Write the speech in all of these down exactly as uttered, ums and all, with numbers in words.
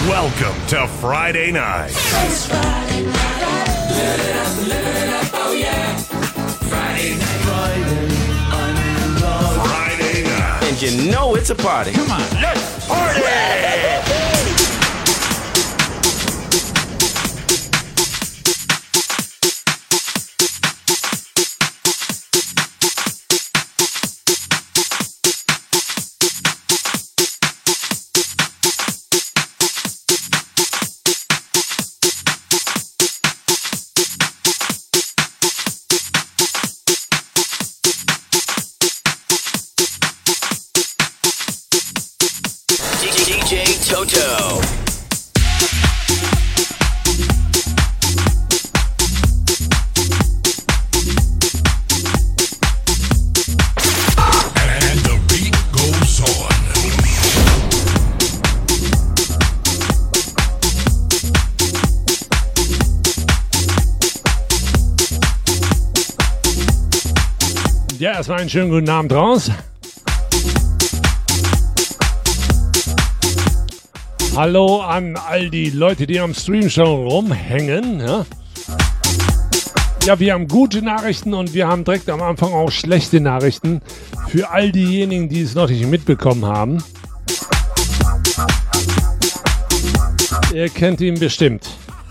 Welcome to Friday night. It's Friday night. Live it up, live it up, oh yeah. Friday night. Friday, I'm in love. Friday night. And you know it's a party. Come on, let's party! D J Toto. And the beat goes on. Ja, erstmal einen schönen guten Abend raus. Hallo an all die Leute, die am Stream schon rumhängen. Ja? ja, wir haben gute Nachrichten und wir haben direkt am Anfang auch schlechte Nachrichten für all diejenigen, die es noch nicht mitbekommen haben. Ihr kennt ihn bestimmt.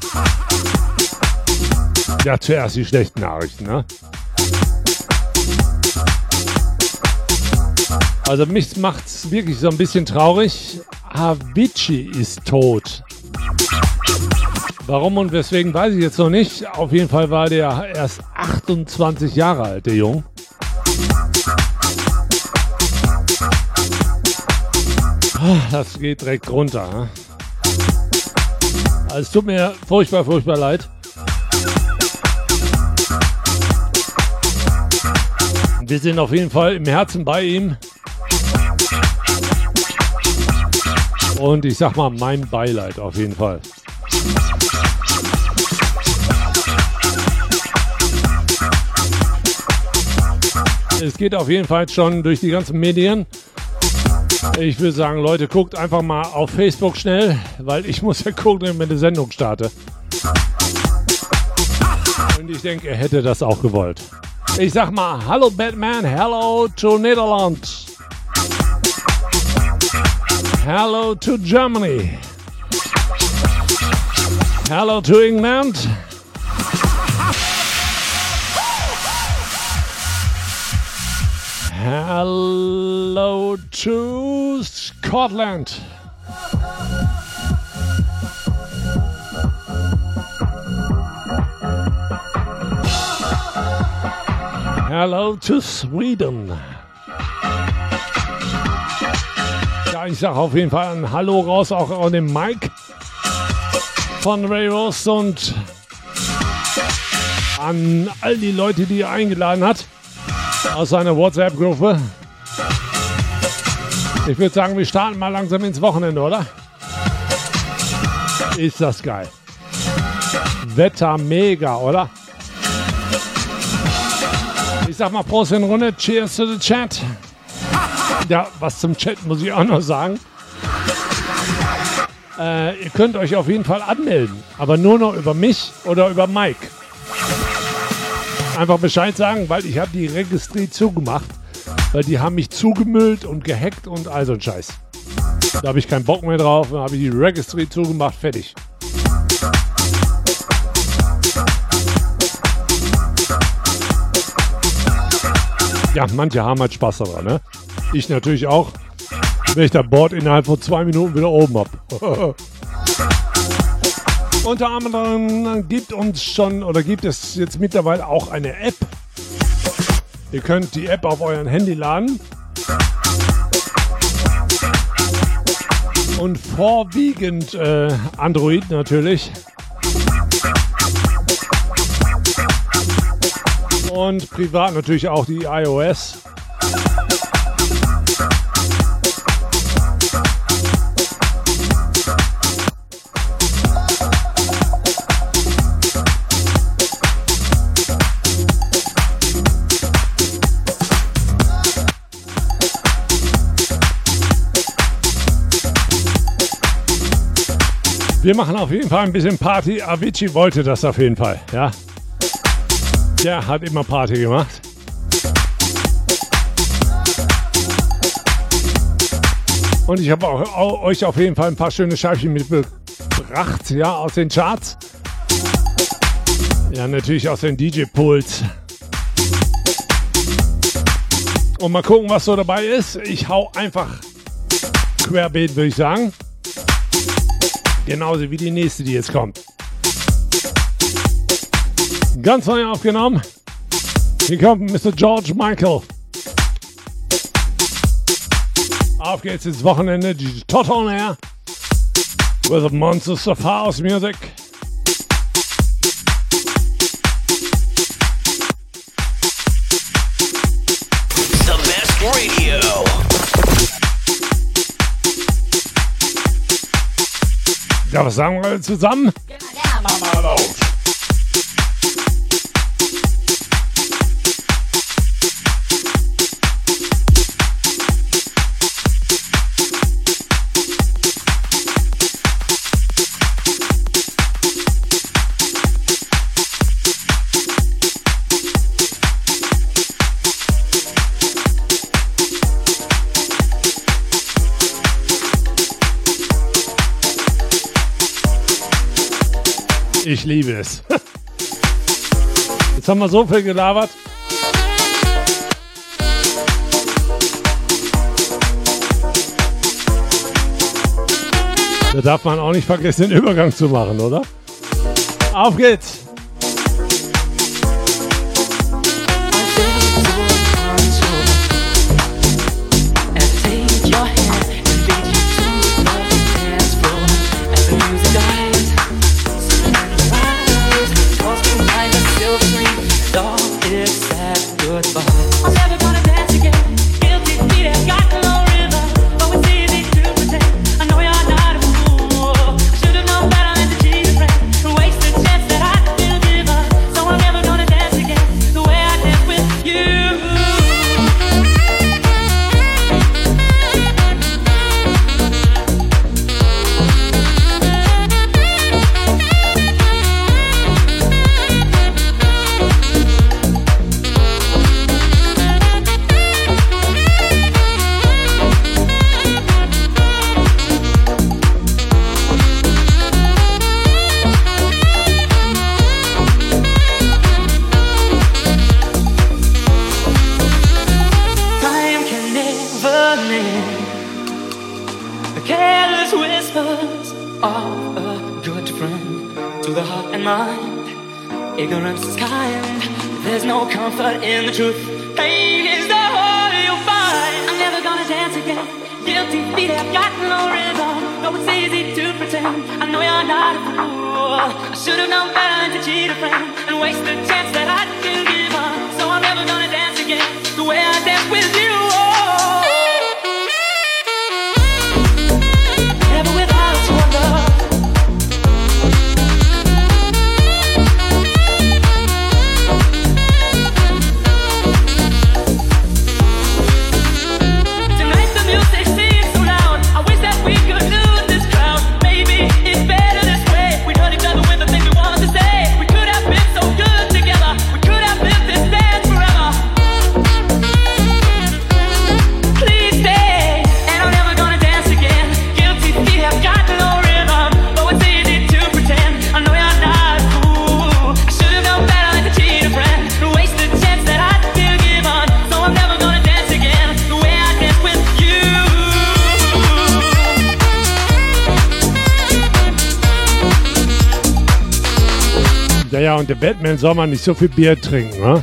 Ja, zuerst die schlechten Nachrichten, ne? Also mich macht's wirklich so ein bisschen traurig. Avicii ist tot. Warum und weswegen weiß ich jetzt noch nicht. Auf jeden Fall war der erst achtundzwanzig Jahre alt, der Jung. Das geht direkt runter. Also es tut mir furchtbar, furchtbar leid. Wir sind auf jeden Fall im Herzen bei ihm. Und ich sag mal, mein Beileid auf jeden Fall. Es geht auf jeden Fall schon durch die ganzen Medien. Ich würde sagen, Leute, guckt einfach mal auf Facebook schnell, weil ich muss ja gucken, wenn ich eine Sendung starte. Und ich denke, er hätte das auch gewollt. Ich sag mal, hallo Batman, hello to Netherlands. Hello to Germany. Hello to England. Hello to Scotland. Hello to Sweden. Ja, ich sage auf jeden Fall ein Hallo raus auch an den Mike von Ray Rose und an all die Leute, die er eingeladen hat aus seiner WhatsApp-Gruppe. Ich würde sagen, wir starten mal langsam ins Wochenende, oder? Ist das geil. Wetter mega, oder? Ich sag mal Prost in Runde, cheers to the chat. Ja, was zum Chat muss ich auch noch sagen. Äh, ihr könnt euch auf jeden Fall anmelden, aber nur noch über mich oder über Mike. Einfach Bescheid sagen, weil ich habe die Registry zugemacht, weil die haben mich zugemüllt und gehackt und all so ein Scheiß. Da habe ich keinen Bock mehr drauf, dann habe ich die Registry zugemacht, fertig. Ja, manche haben halt Spaß daran, ne? Ich natürlich auch, wenn ich das Board innerhalb von zwei Minuten wieder oben habe. Unter anderem gibt uns schon oder gibt es jetzt mittlerweile auch eine App. Ihr könnt die App auf euren Handy laden. Und vorwiegend äh, Android natürlich. Und privat natürlich auch die iOS. Wir machen auf jeden Fall ein bisschen Party. Avicii wollte das auf jeden Fall, ja. Der hat immer Party gemacht. Und ich habe auch, auch, euch auf jeden Fall ein paar schöne Scheibchen mitgebracht, ja, aus den Charts. Ja, natürlich aus den D J-Pools. Und mal gucken, was so dabei ist. Ich hau einfach querbeet, würde ich sagen. Genauso wie die nächste, die jetzt kommt. Ganz neu aufgenommen. Hier kommt Mister George Michael. Auf geht's ins Wochenende. Die Toto on Air. With the Monsters of House Music. The best radio. Ja, was sagen wir alle zusammen? Mama laut. Ich liebe es. Jetzt haben wir so viel gelabert. Da darf man auch nicht vergessen, den Übergang zu machen, oder? Auf geht's! Ja, und der Batman soll man nicht so viel Bier trinken, ne?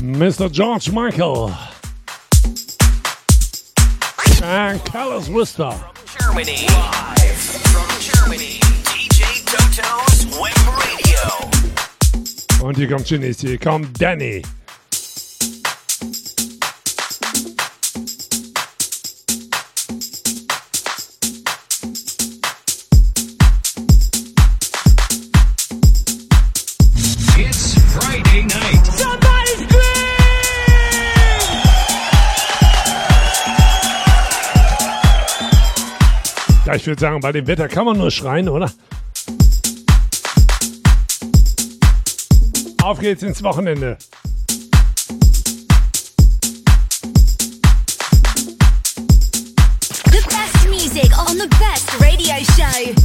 Mister George Michael. And Carlos Whisper. From Germany, live from Germany, D J Toto's Web Radio. Und hier kommt Genies, hier kommt Danny. It's Friday night. Somebody scream! Ja, ich würde sagen, bei dem Wetter kann man nur schreien, oder? Auf geht's ins Wochenende. The best music on the best radio show.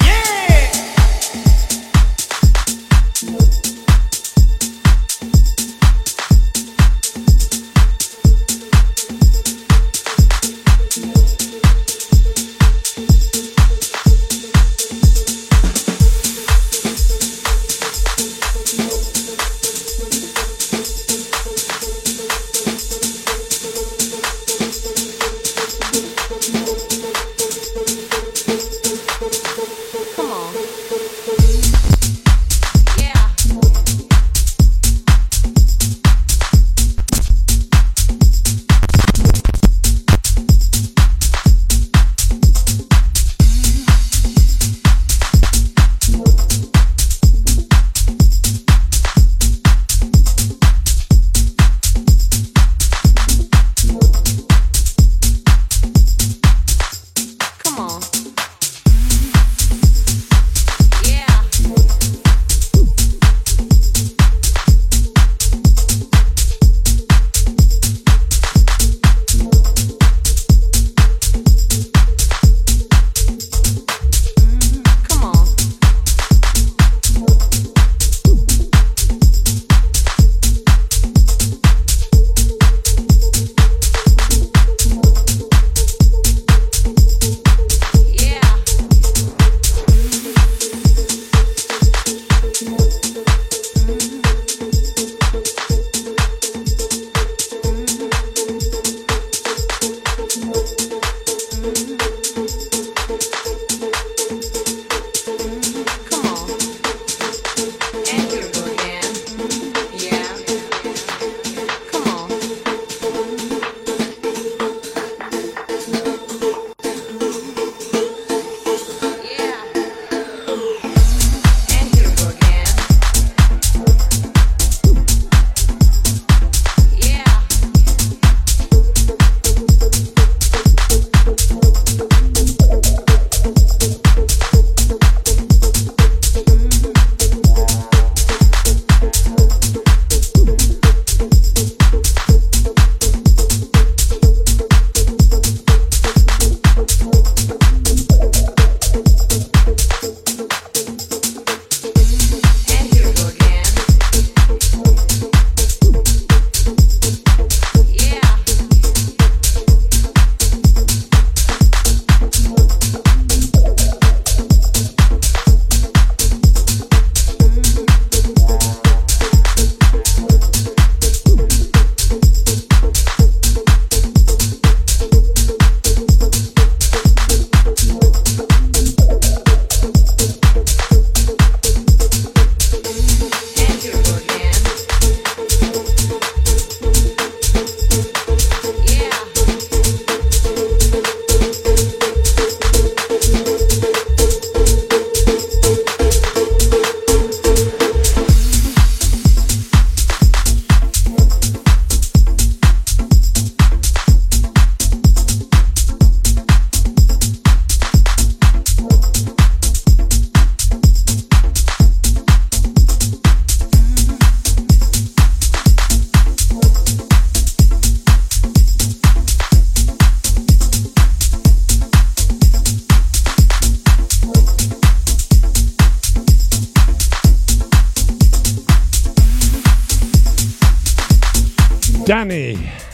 Danny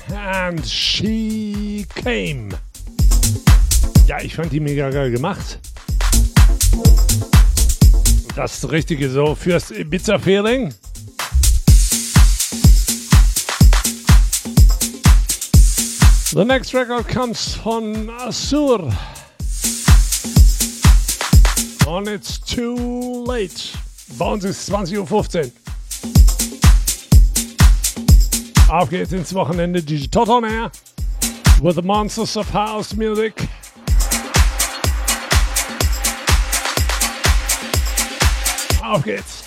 and She Came. Ja, ich fand die mega geil gemacht. Das Richtige so fürs Ibiza-Feeling. The next record comes von Azur. And it's too late. Bei uns ist zwanzig Uhr fünfzehn. Auf geht's ins Wochenende. D J Toto on air with the monsters of house music. Auf geht's.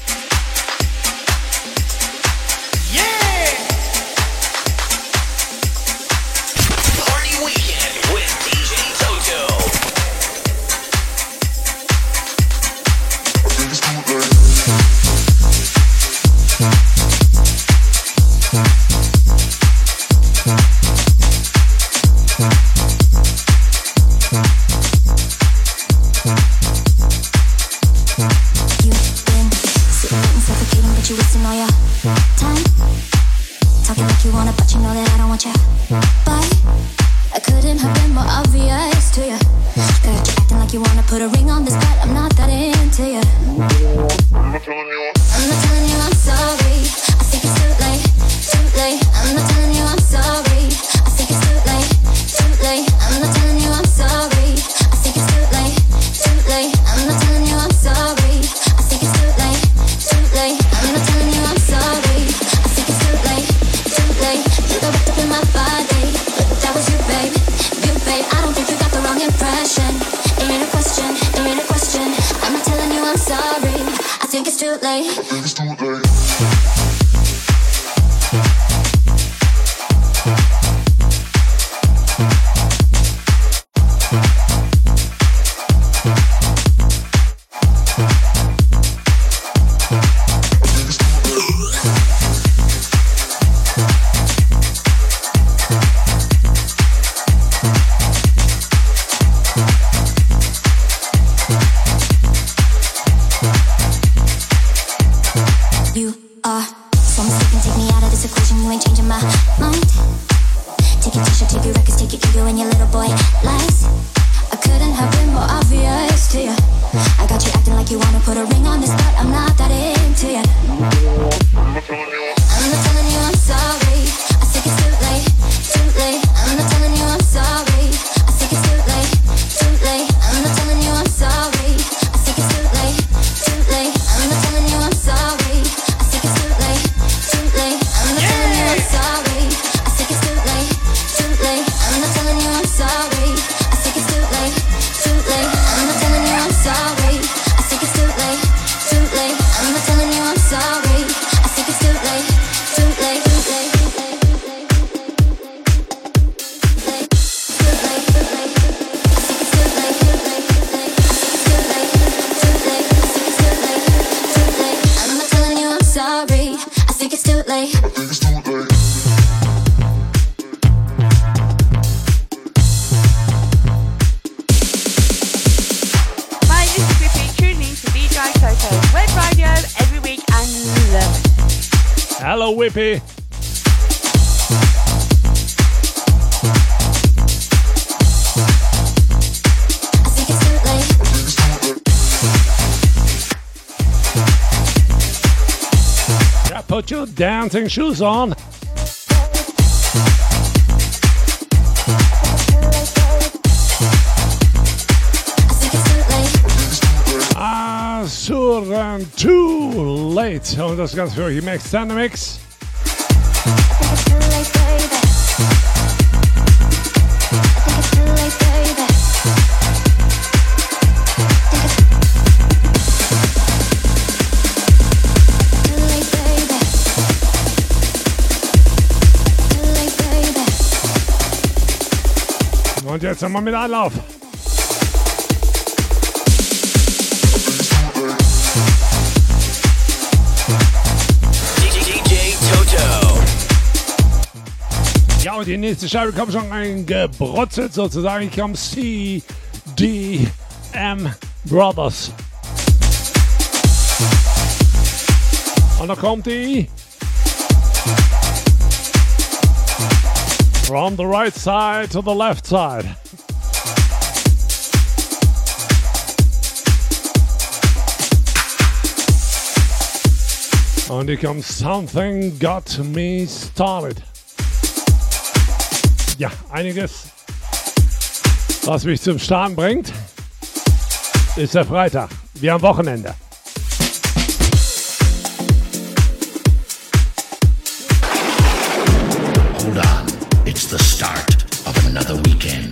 Whippy. Yeah, put your dancing shoes on. Azur and Too Late. Und das Ganze für euch im Extended Mix. Und jetzt nochmal mit Anlauf. D J Toto. Ja, und die nächste Scheibe kommt schon eingebrotzelt sozusagen. Ich komme C D M Brothers. Und da kommt die From the right side to the left side. Und hier kommt Something Got Me Started. Ja, einiges, was mich zum Starten bringt, ist der Freitag. Wir am Wochenende. Hold on, it's the start of another weekend.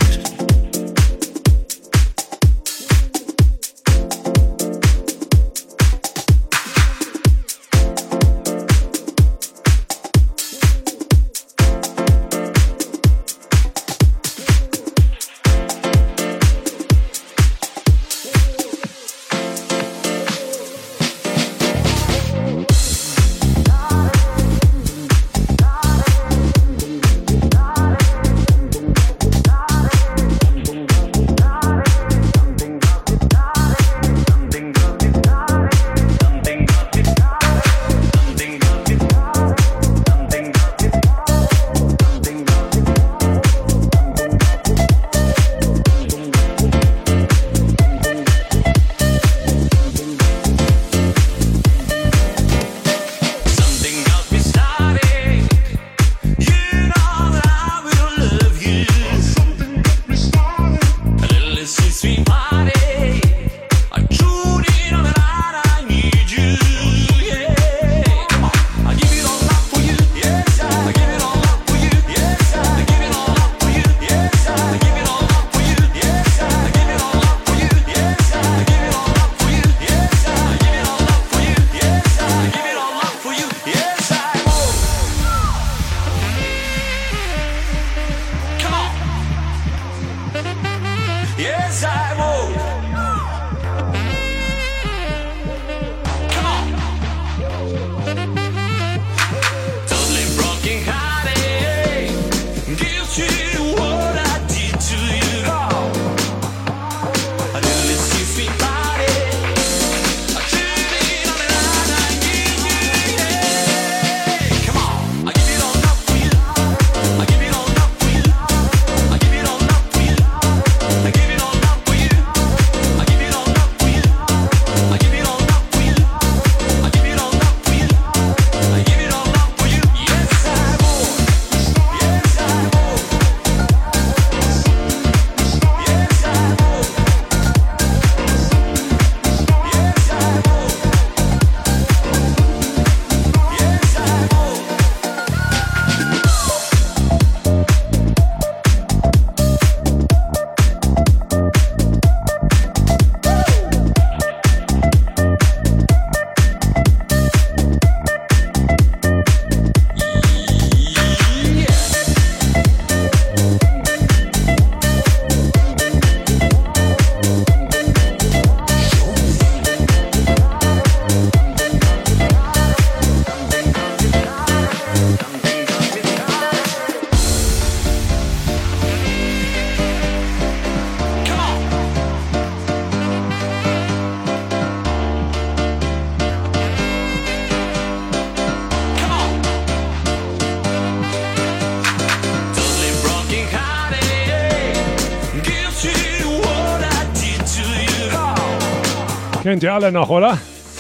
Kennt ihr alle noch, oder?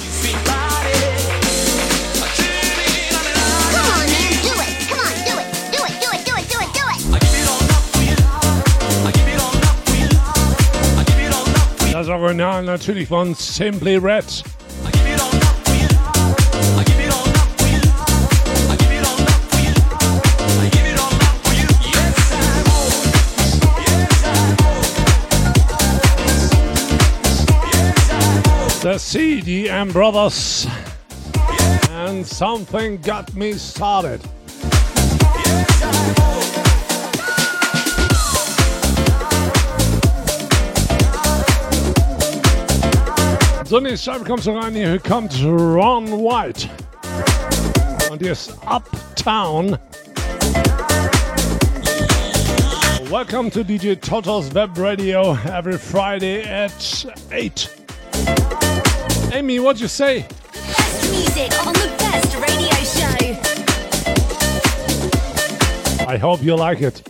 Das Original natürlich von Simply Red. The C D M Brothers and Something Got Me Started. So, nächste Scheibe kommt so rein. Hier kommt Ron White. Und hier ist Uptown. Welcome to D J Toto's Web Radio every Friday at eight. Amy, what'd you say? Best music on the best radio show. I hope you like it.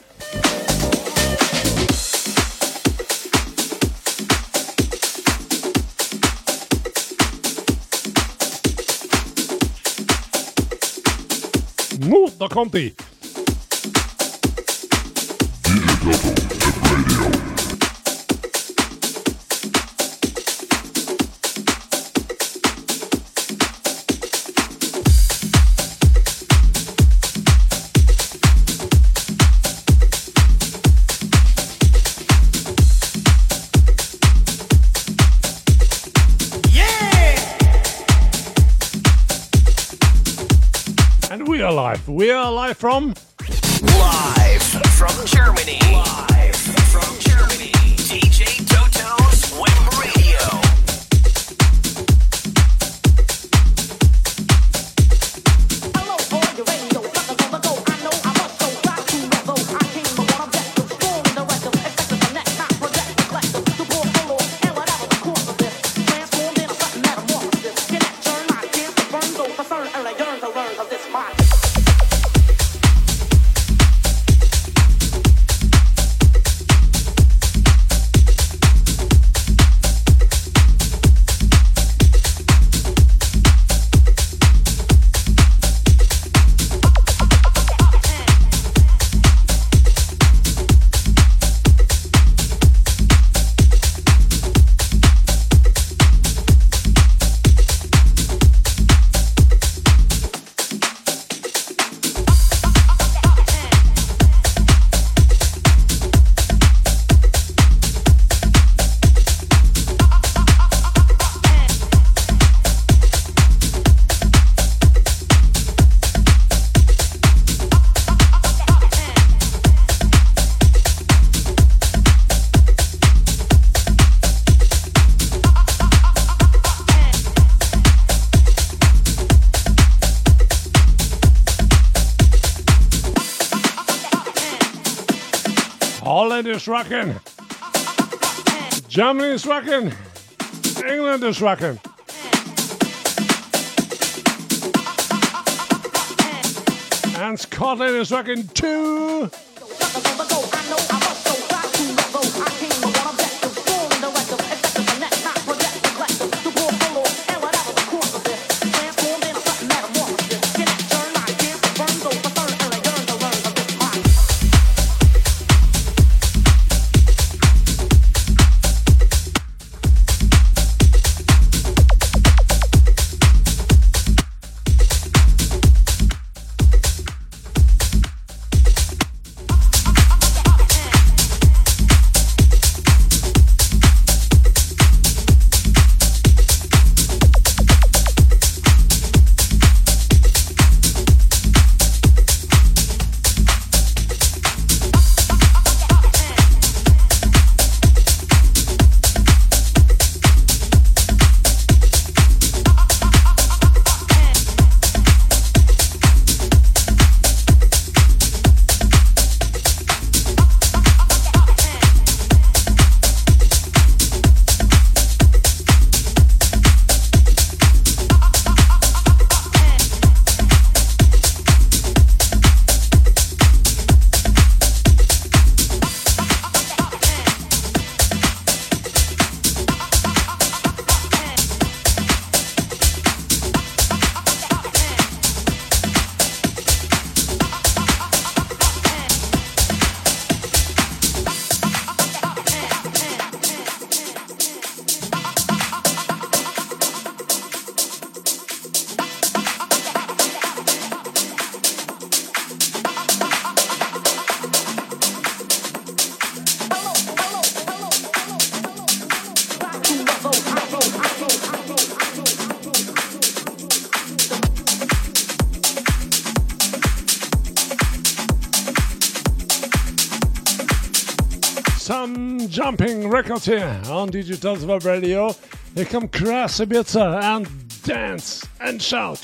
Nu, da kommt die. We are live from Live from Germany. Live from Germany. D J Toto's Web Radio. Holland is rocking. Germany is rocking. England is rocking. And Scotland is rocking too. Some jumping records here on D J Toto's Web Radio. Here come Crash Ibiza and dance and shout.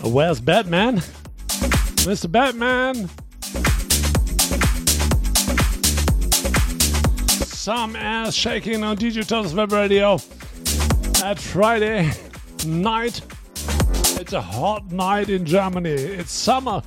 Where's Batman? Mister Batman? Some ass shaking on D J Toto's Web Radio at Friday night. It's a hot night in Germany. It's summer.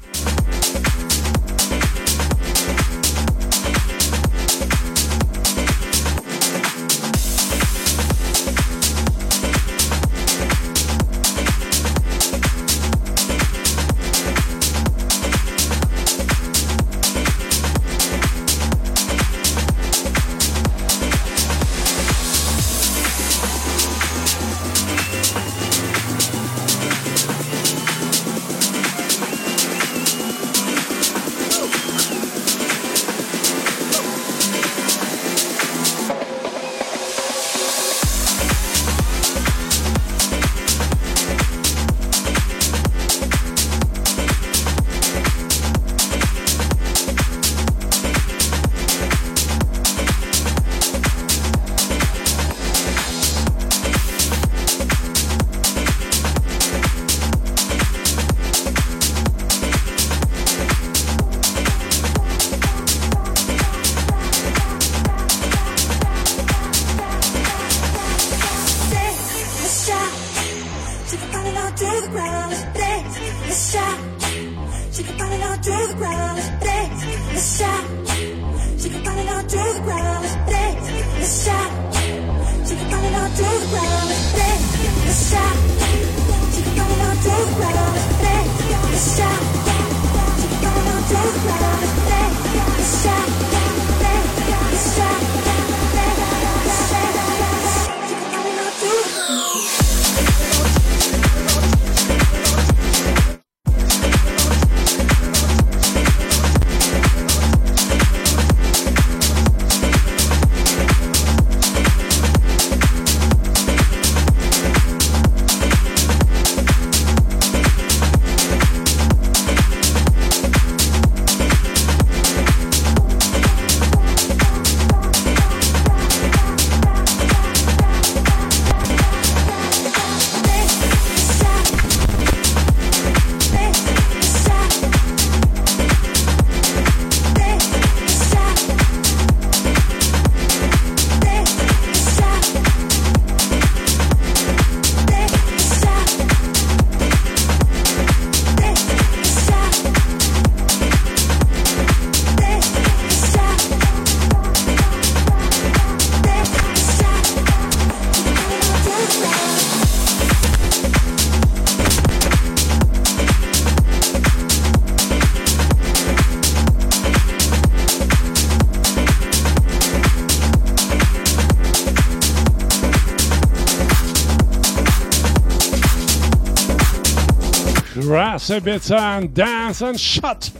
Grass a bit and dance and shut.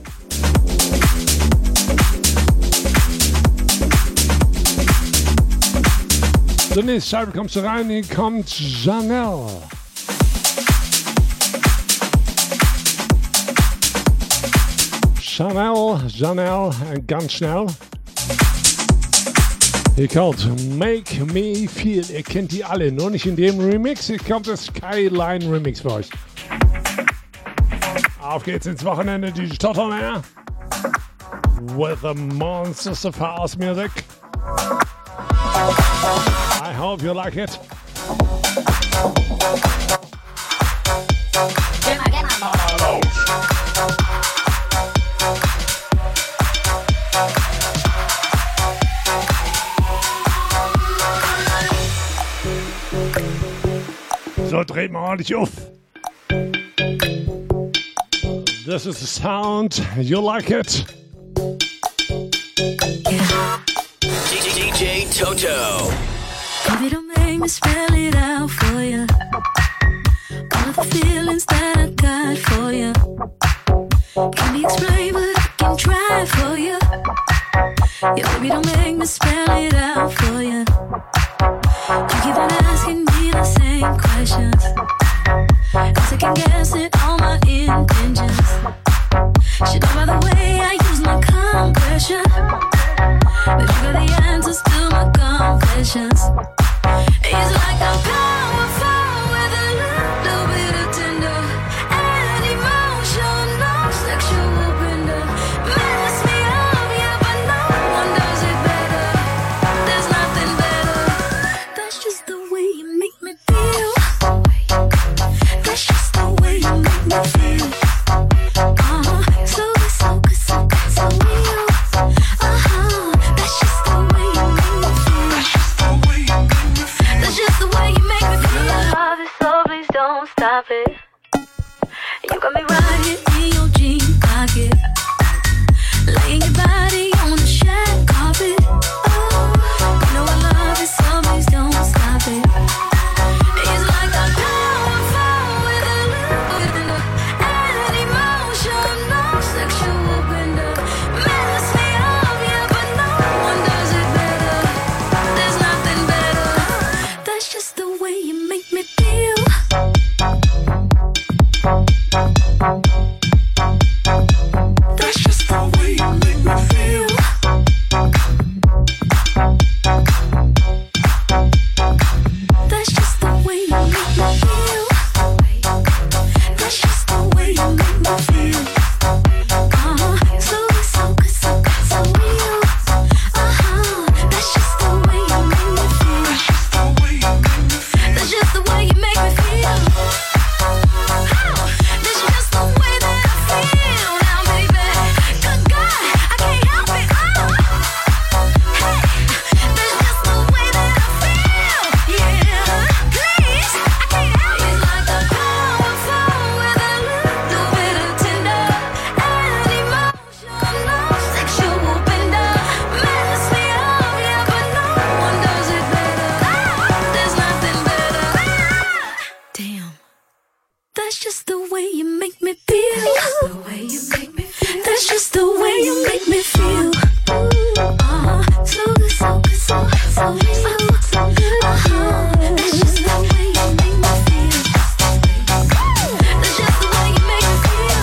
So, nächste Scheibe kommst du rein, hier kommt Janelle. Janelle, Janelle, ganz schnell. Hier kommt Make Me Feel. Ihr kennt die alle, nur nicht in dem Remix. Hier kommt das Skyline Remix für euch. Auf geht's ins Wochenende, die Stottern her. With the monsters of house music. I hope you like it. So, dreht mal ordentlich auf. This is the sound. You like it? D J Toto. Baby, don't make me spell it out for you. All of the feelings that I got for you can't be explained, but I can try for you. Yeah, baby, don't make me spell it out for you. You keep on asking me the same questions, 'cause I can guess it all my intentions. Should know by the way I use my compression that you got the answers to my confessions. It's like I'm powerful with a little bit of tender. stop it. You got me right here in your jean pocket, laying your body on the shag carpet. Oh, you know I love it, so please don't stop it. It's like a powerful with a little and emotional sexual bender. Mess me up, yeah, but no one does it better. There's nothing better. That's just the way you make me feel. That's just the way you make me feel. That's just the way you make me feel. That's just the way you make me feel. Uh-huh, so good, so good, so good, so real. Uh-huh, that's just the way you make me feel. That's just the way you make me feel. That's just the way that I feel now, baby. Good God, I can't help it. Oh, hey, that's just the way that I feel. Yeah, please, I can't help it. It's like a powerful with a little bit of tender and emotional sexual bender. Mess me up, yeah, but no one does it better. There's nothing better. Damn. That's just the way you make me feel. The way you make me feel. That's just the way you make me feel. Uh-huh. So good, so good, so good, so good, so good. Uh-huh. That's just the way you make me feel. That's just the way you make me feel.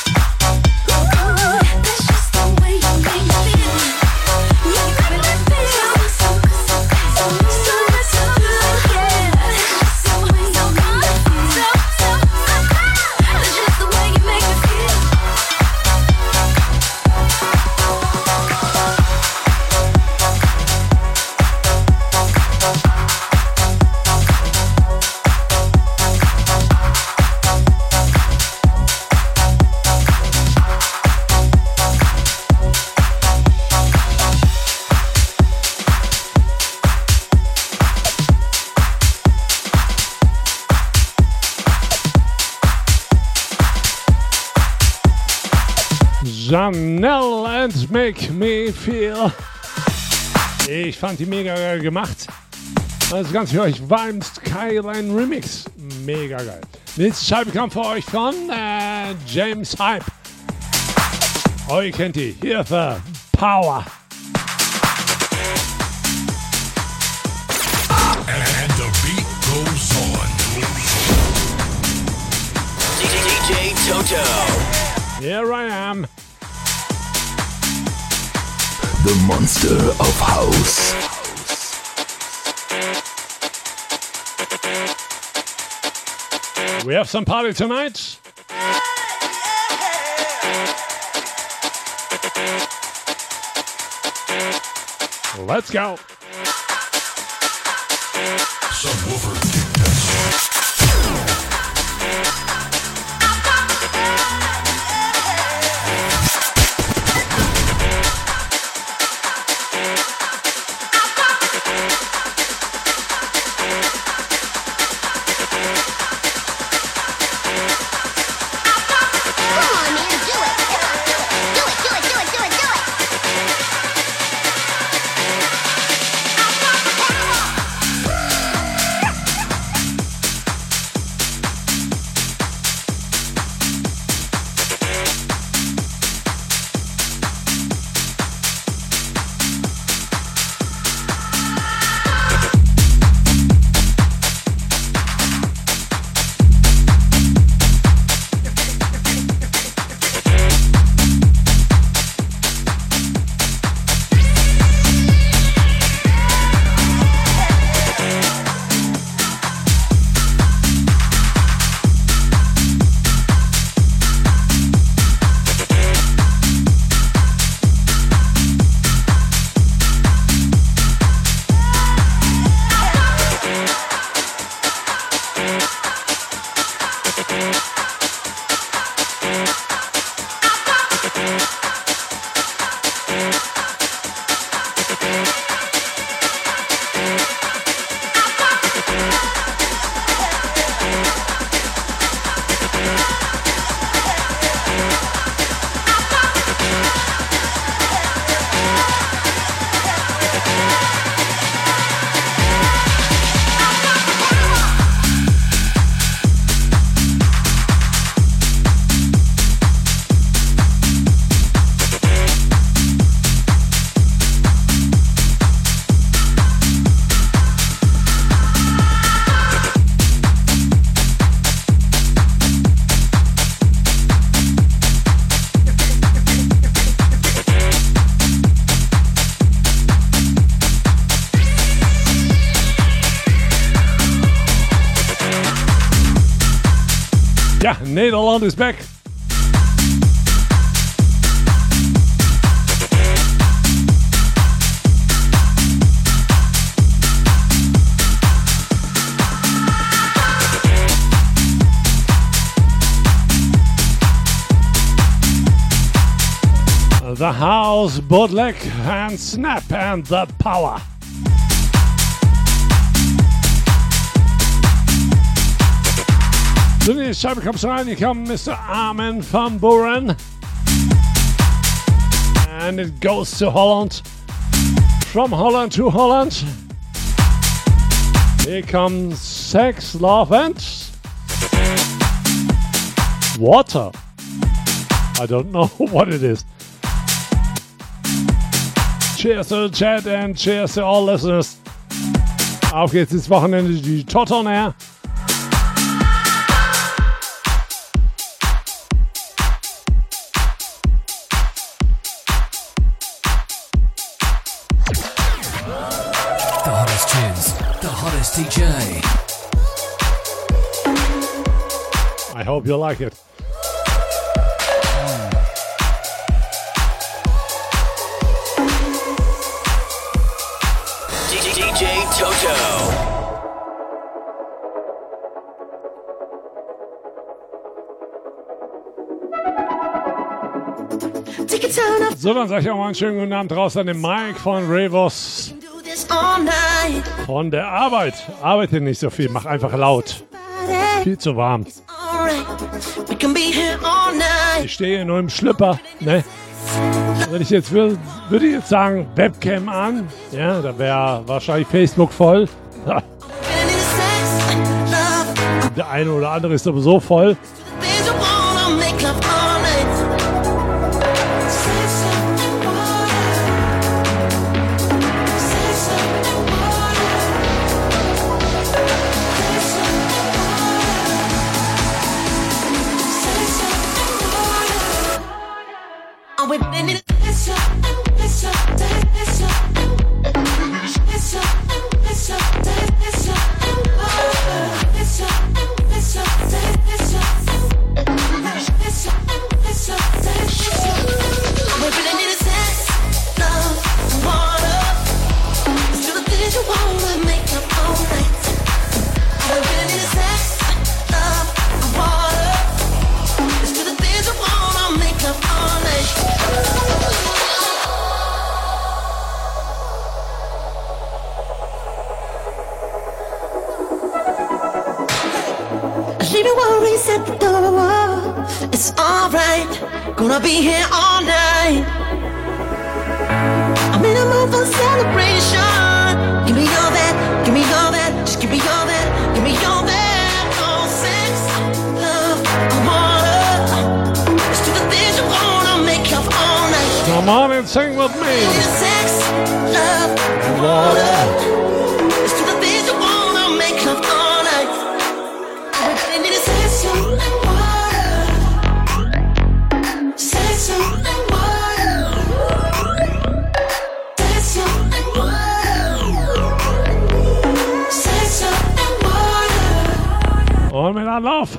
That's just the way you make me feel. You make me feel so good, so good, so good, so good, so good. Yeah. That's just the way you make me feel. So, so, that's just the way you make me feel. Janelle and Make Me Feel. Ich fand die mega geil gemacht. Das Ganze für euch war im Skyline Remix. Mega geil. Nächste Scheibe kam für euch von äh, James Hype. Oh, ihr kennt die. Hier für Power. And the beat goes on. D J Toto. Here I am. The monster of house. We have some party tonight. Let's go. Subwoofer kick test. Ja, Nederland is back. The house, bootleg, and snap, and the power. So, die Scheibe kommt rein. Hier kommt Mister Armin van Buuren. And it goes to Holland. From Holland to Holland. Here comes Sex, Love, and Water. I don't know what it is. Cheers to the chat and cheers to all listeners. Auf geht's ins Wochenende, die Toto on Air. The hottest tunes, the hottest D J. I hope you like it. D J Toto. So, dann sag ich auch mal einen schönen guten Abend raus an den Mike von Ravos. Von der Arbeit. Arbeite nicht so viel, mach einfach laut. Viel zu warm. Ich stehe nur im Schlüpper, ne? Wenn ich jetzt würde, würde ich jetzt sagen, Webcam an, ja, da wäre wahrscheinlich Facebook voll. Der eine oder andere ist sowieso voll. Gonna be here all night. I'm in a mood for celebration. Give me all that, give me all that, just give me all that, give me all that. Oh, sex, love, and water. Let's do the things you wanna make love all night. Come on and sing with me. Sex, love, and water. Let's do the things you wanna make love all night. I need a sex, and water. Und mit Anlauf.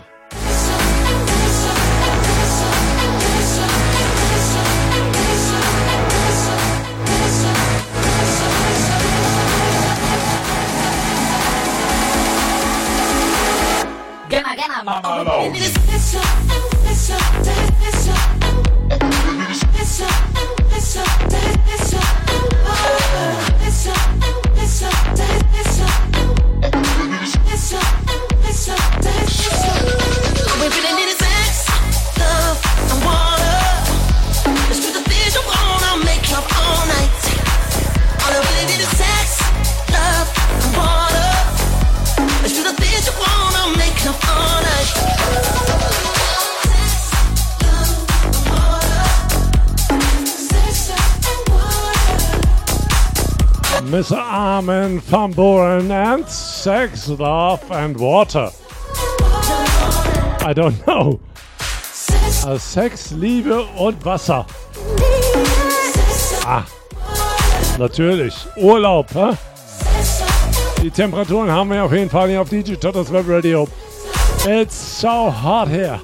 Gamma, gamma, mama, low. We really need is sex, love, and water. Let's do the things you wanna make love all night. All I really need is sex, love, and water. Let's do the things you wanna make love all night. Sex, love, and water. Mister Armin van Buuren and Sex, Love and Water. I don't know. Also Sex, Liebe und Wasser. Ah, natürlich. Urlaub, hä? Die Temperaturen haben wir auf jeden Fall hier auf D J Totos Web Radio. It's so hot here.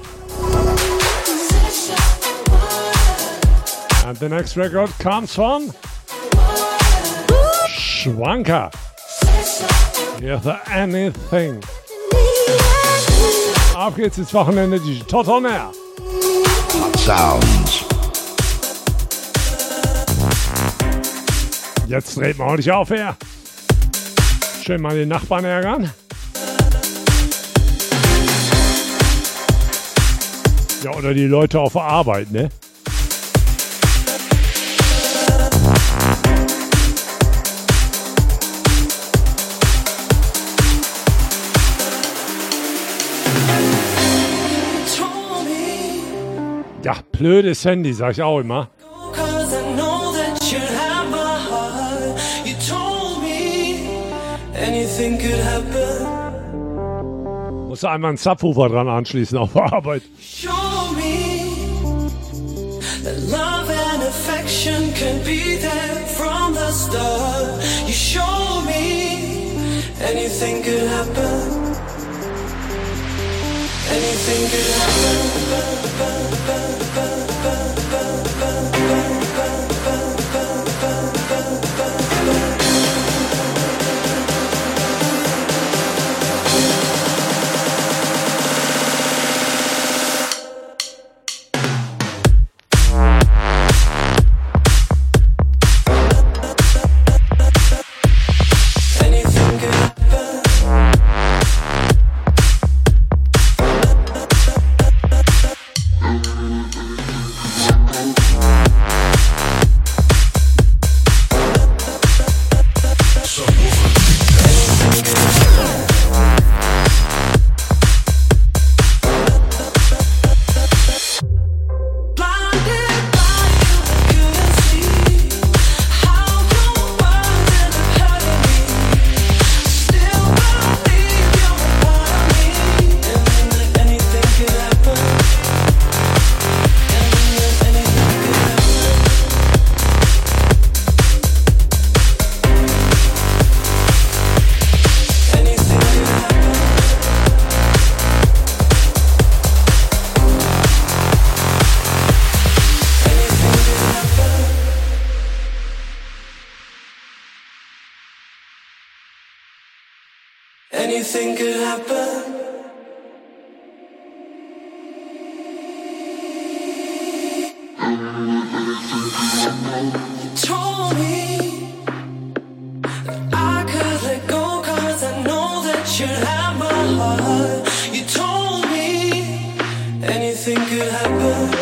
And the next record comes from Schwanka. Here's the Anything. Auf geht's ins Wochenende, die Toto on Air. Hot Sounds. Jetzt dreht man auch nicht auf her. Schön mal den Nachbarn ärgern. Ja, oder die Leute auf der Arbeit, ne? Ja, blödes Handy, sag ich auch immer. Muss einmal einen Subwoofer dran anschließen auf der Arbeit. Show me that love and affection can be there from the start. You show me anything could happen. Anything could happen. Anything could happen. You told me that I could let go, cause I know that you have my heart. You told me anything could happen.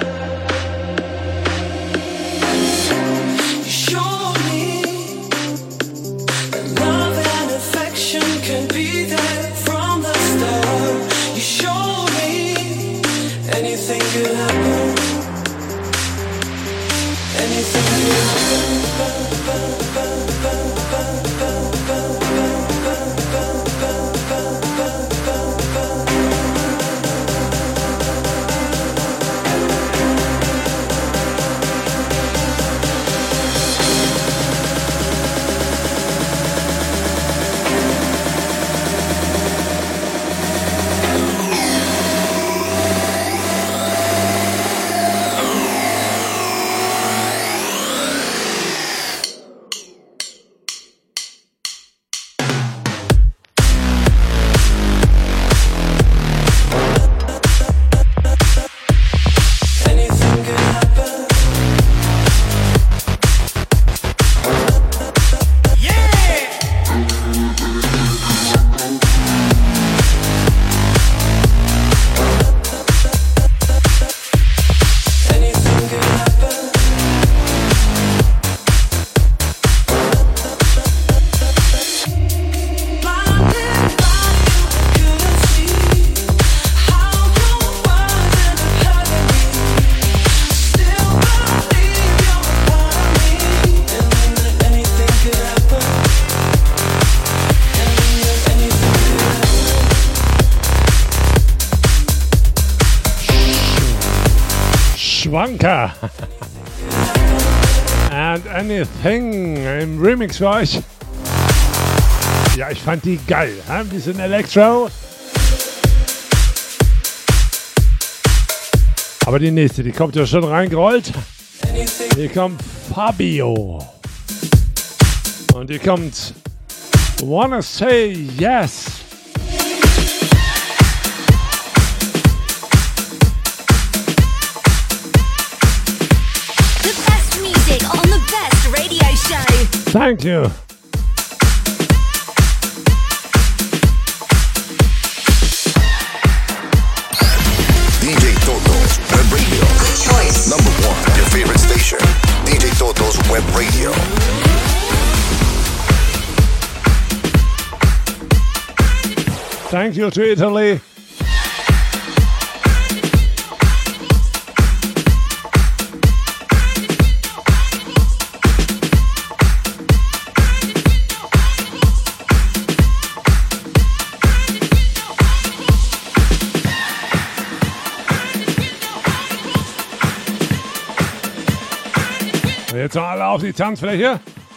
You showed me that love and affection can be there from the start. You showed me anything could happen. Anything could happen. Schwanka and Anything im Remix für euch. Ja, ich fand die geil. Ein bisschen Elektro. Aber die nächste, die kommt ja schon reingerollt. Hier kommt Fabio. Und hier kommt Wanna Say Yes. The best music on the best radio show. Thank you. D J Toto's Web Radio. Good choice. Number one, your favorite station. D J Toto's Web Radio. Thank you to Italy. Jetzt mal alle auf die Tanzfläche.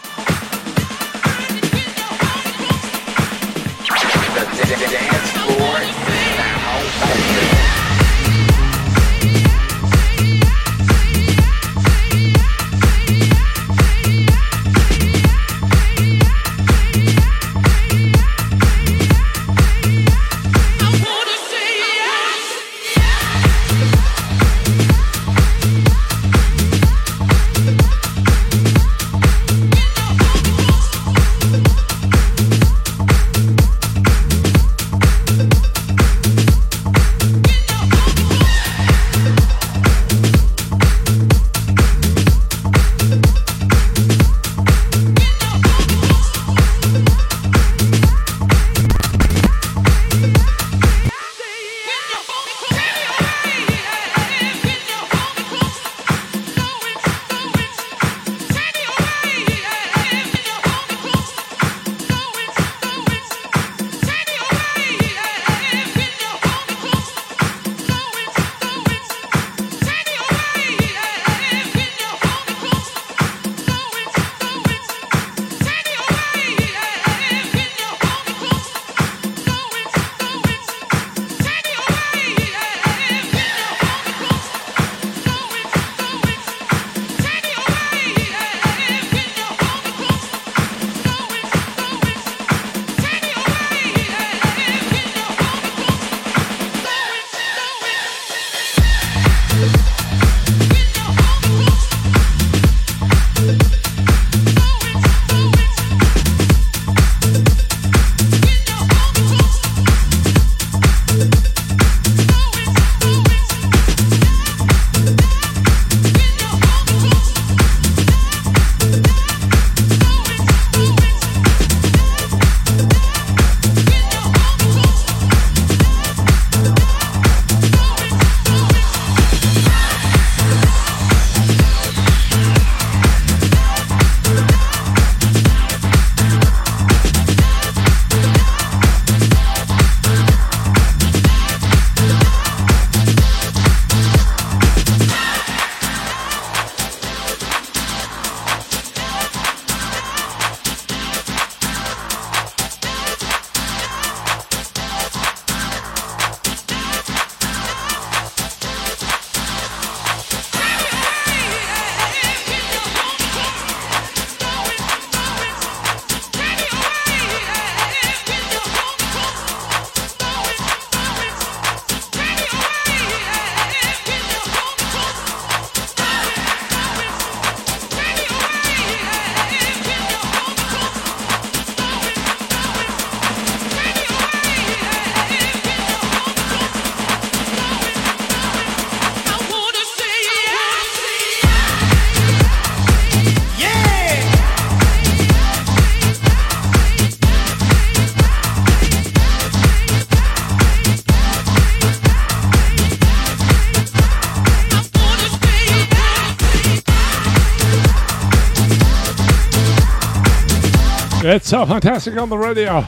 It's so fantastic on the radio.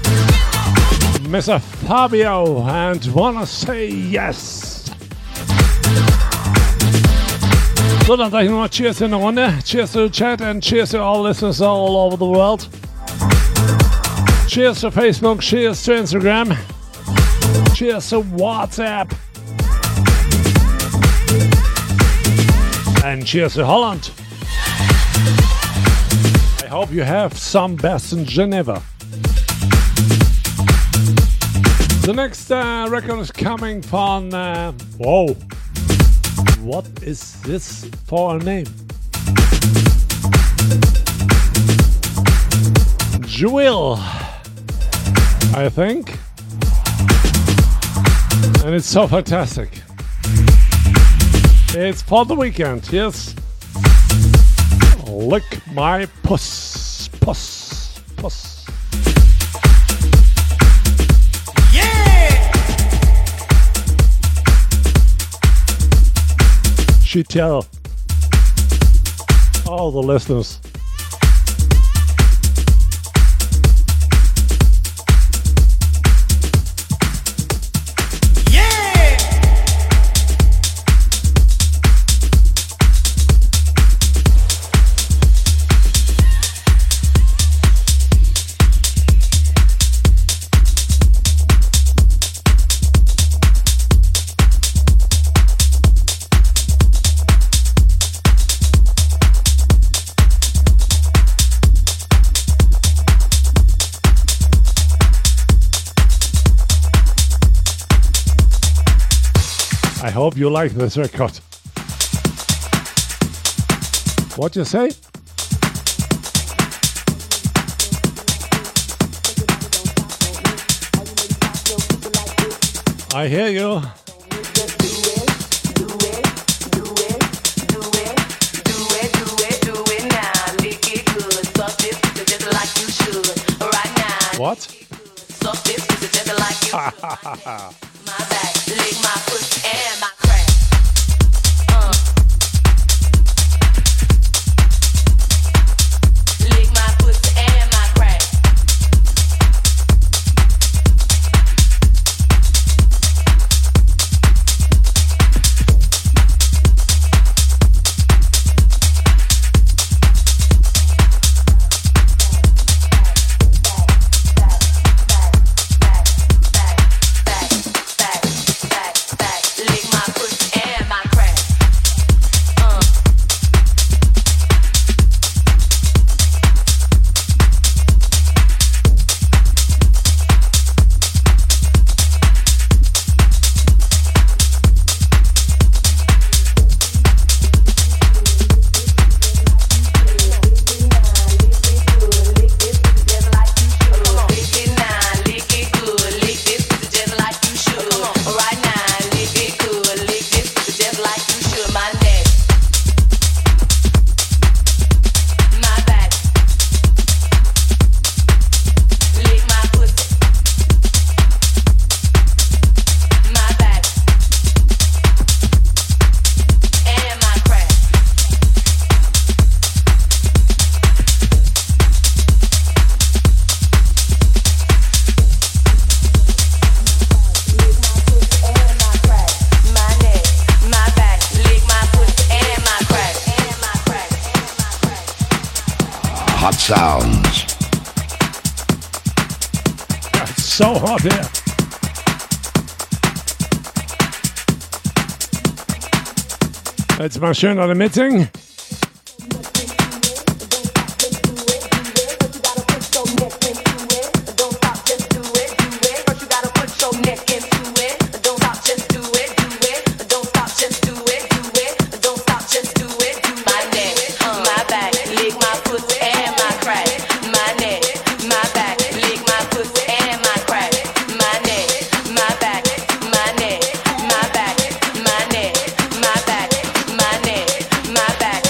Mister Fabio and Wanna Say Yes. So, dann sage ich nochmal Cheers in der Runde. Cheers to the chat and cheers to all listeners all over the world. Cheers to Facebook, cheers to Instagram, cheers to WhatsApp. And cheers to Holland. I hope you have some best in Geneva. The next uh, record is coming from... Uh, whoa. What is this for a name? Jewel, I think. And it's so fantastic. It's for the weekend, yes. Lick my puss, puss, puss. Yeah! She tell all the listeners. I hope you like this record. What you say? I hear you. What? My back, lick my pussy and my crack. Uh. Lick my pussy and my crack. Sounds. It's so hot here. Jetzt mal schön alle mitsingen. My back,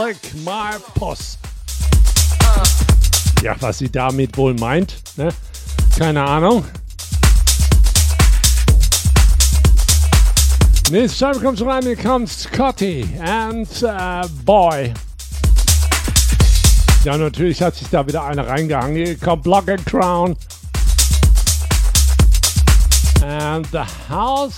Lick my Puss. Ja, was sie damit wohl meint, ne? Keine Ahnung. Nächste Scheibe kommt schon rein, hier kommt Scotty and uh, Boy. Ja, natürlich hat sich da wieder einer reingehangen. Hier kommt Block and Crown. And the House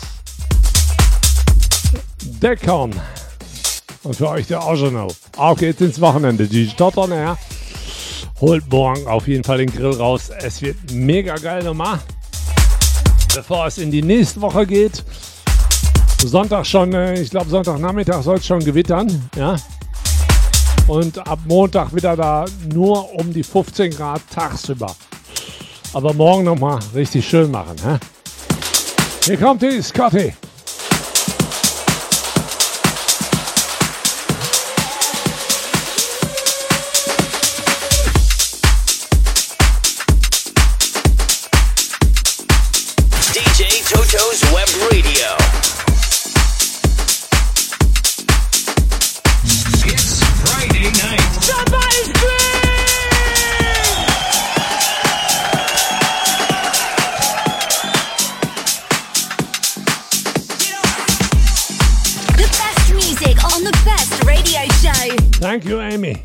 Decon. Und für euch der Original. Auf geht's ins Wochenende. Die Stadt on Air. Holt morgen auf jeden Fall den Grill raus. Es wird mega geil nochmal. Bevor es in die nächste Woche geht. Sonntag schon, ich glaube Sonntagnachmittag soll es schon gewittern. Ja. Und ab Montag wieder da nur um die fünfzehn Grad tagsüber. Aber morgen nochmal richtig schön machen. Hä? Hier kommt die Scotty. D J Toto's Web Radio. It's Friday night. Somebody scream! The best music on the best radio show. Thank you, Amy.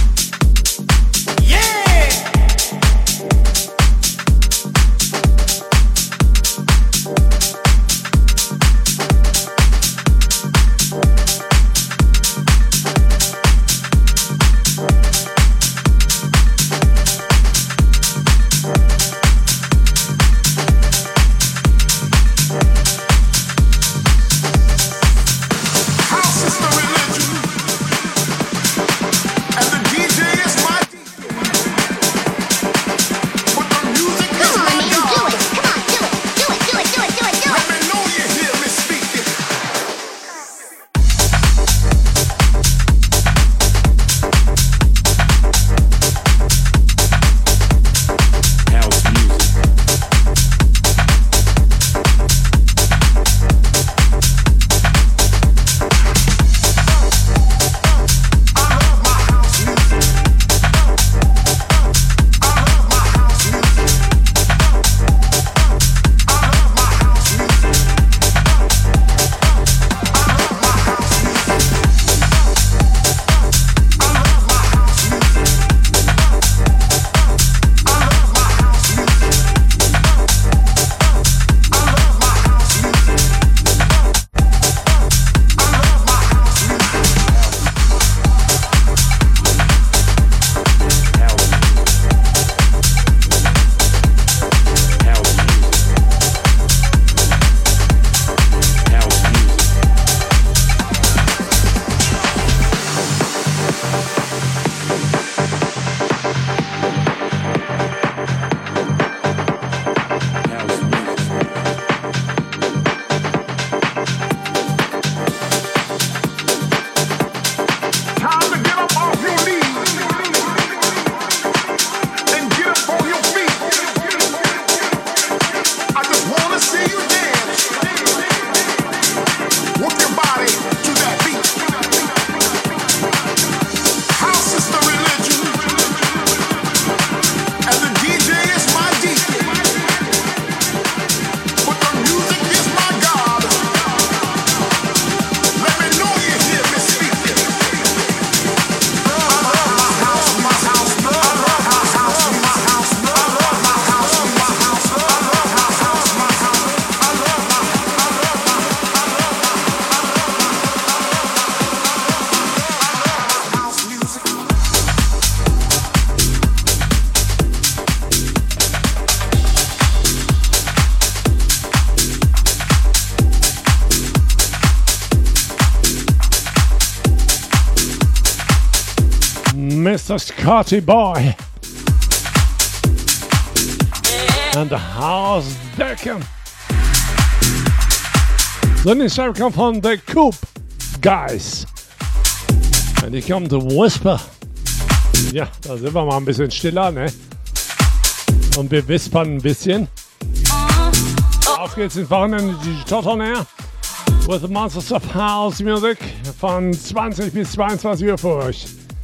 Mister Scotty Boy and the House Deccan. So, die Scheibe kommt von The Coop Guys. Und die kommt The Whisper. Ja, da sind wir mal ein bisschen stiller, ne? Und wir wispern ein bisschen. Auf geht's ins Wochenende, die Tot on Air. with the Monsters of House Music von zwanzig bis zweiundzwanzig Uhr für euch.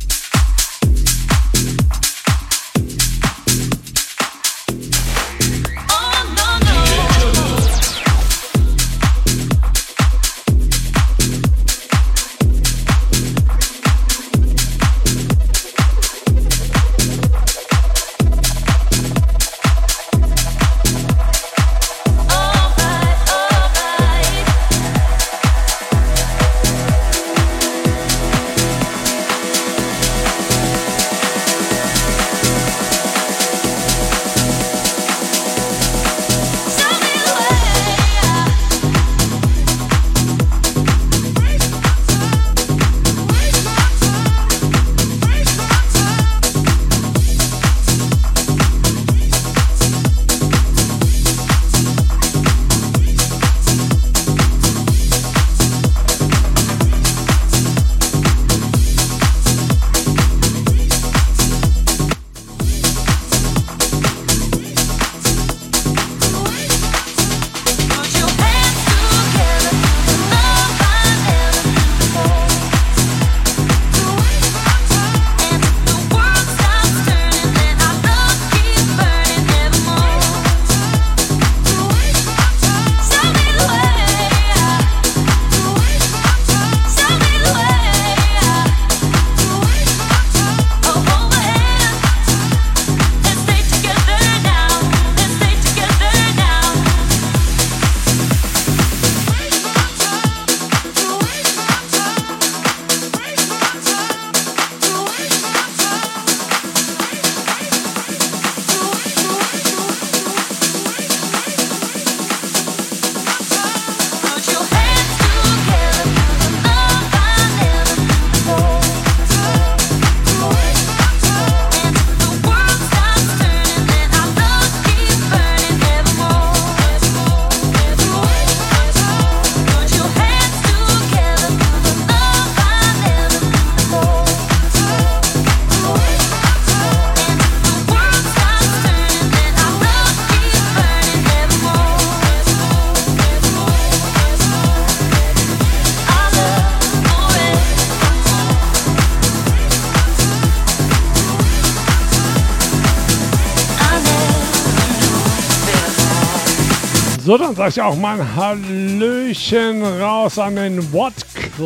So, dann sage ich auch mal ein Hallöchen raus an den What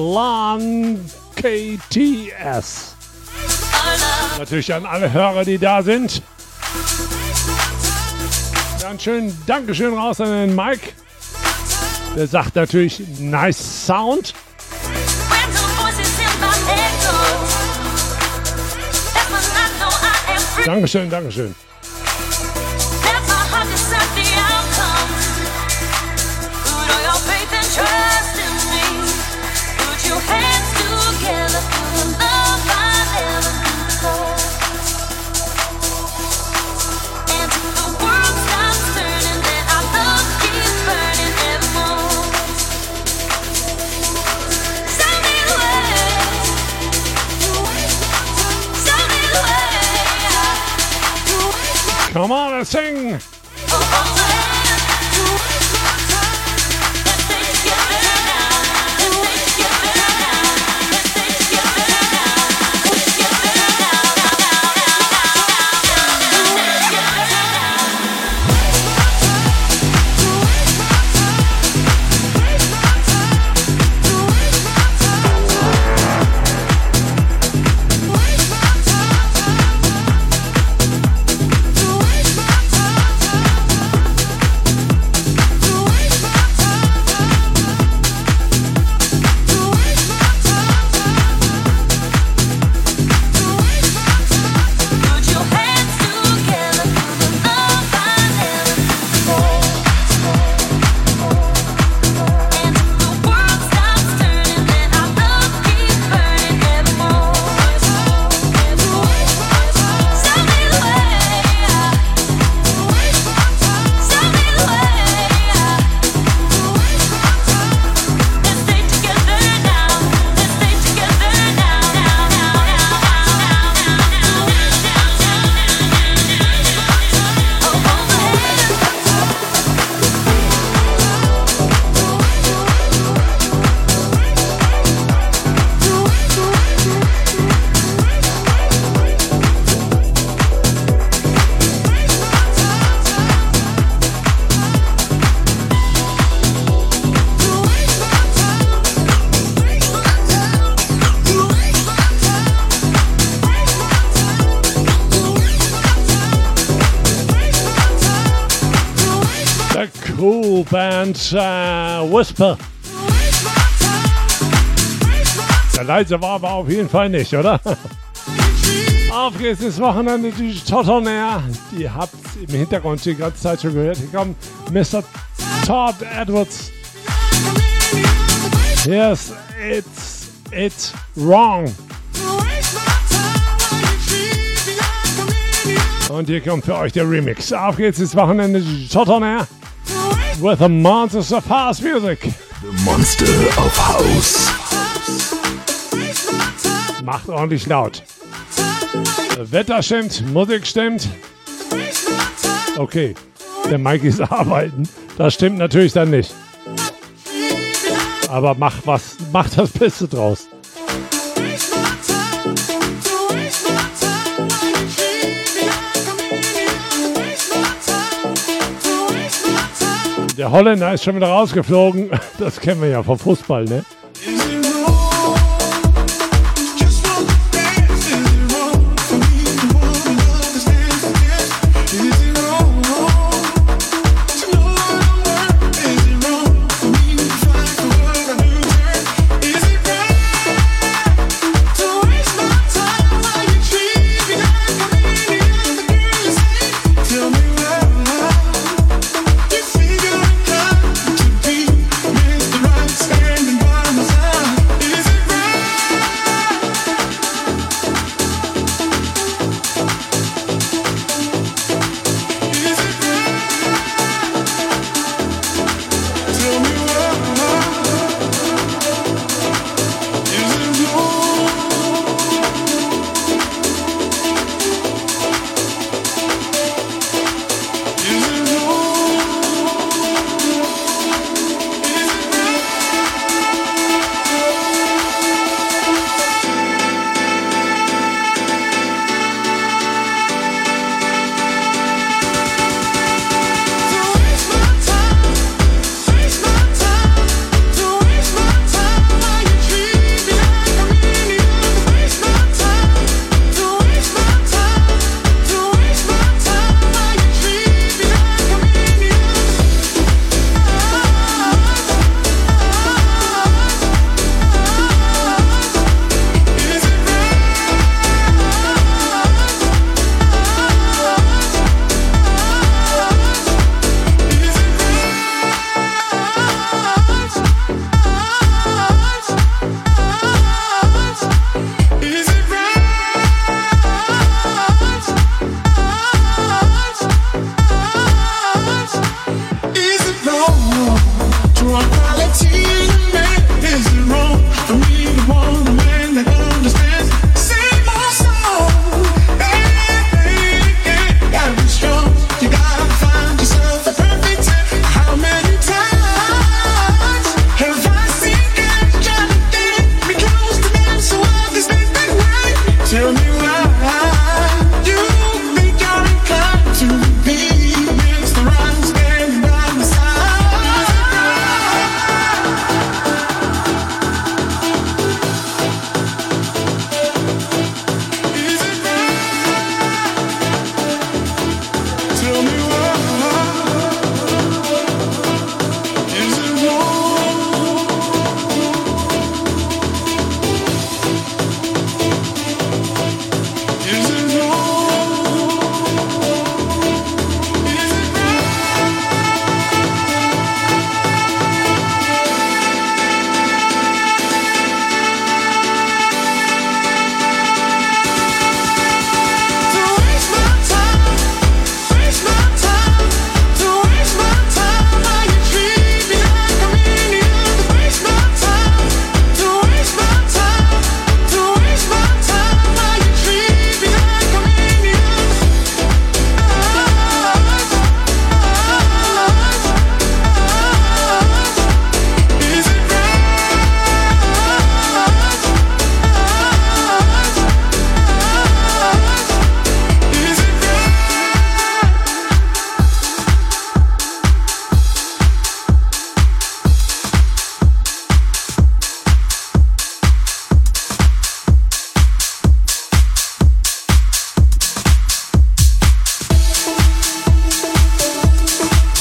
Clan K T S. Natürlich an alle Hörer, die da sind. Dann schön Dankeschön raus an den Mike. Der sagt natürlich nice Sound. Dankeschön, Dankeschön. Come on and sing! The cool band uh, Whisper. Der leise war aber auf jeden Fall nicht, oder? Auf geht's ins Wochenende, die Totonair. Die habt im Hintergrund die ganze Zeit schon gehört. Hier kommt Mister Todd Edwards. Here's It's It's Wrong. Und hier kommt für euch der Remix. Auf geht's ins Wochenende, die Totonair. With the Monsters of House Music. The Monster of House. Macht ordentlich laut. Wetter stimmt, Musik stimmt. Okay, der Mike ist arbeiten. Das stimmt natürlich dann nicht. Aber mach was, mach das Beste draus. Der Holländer ist schon wieder rausgeflogen. Das kennen wir ja vom Fußball, ne? Standing by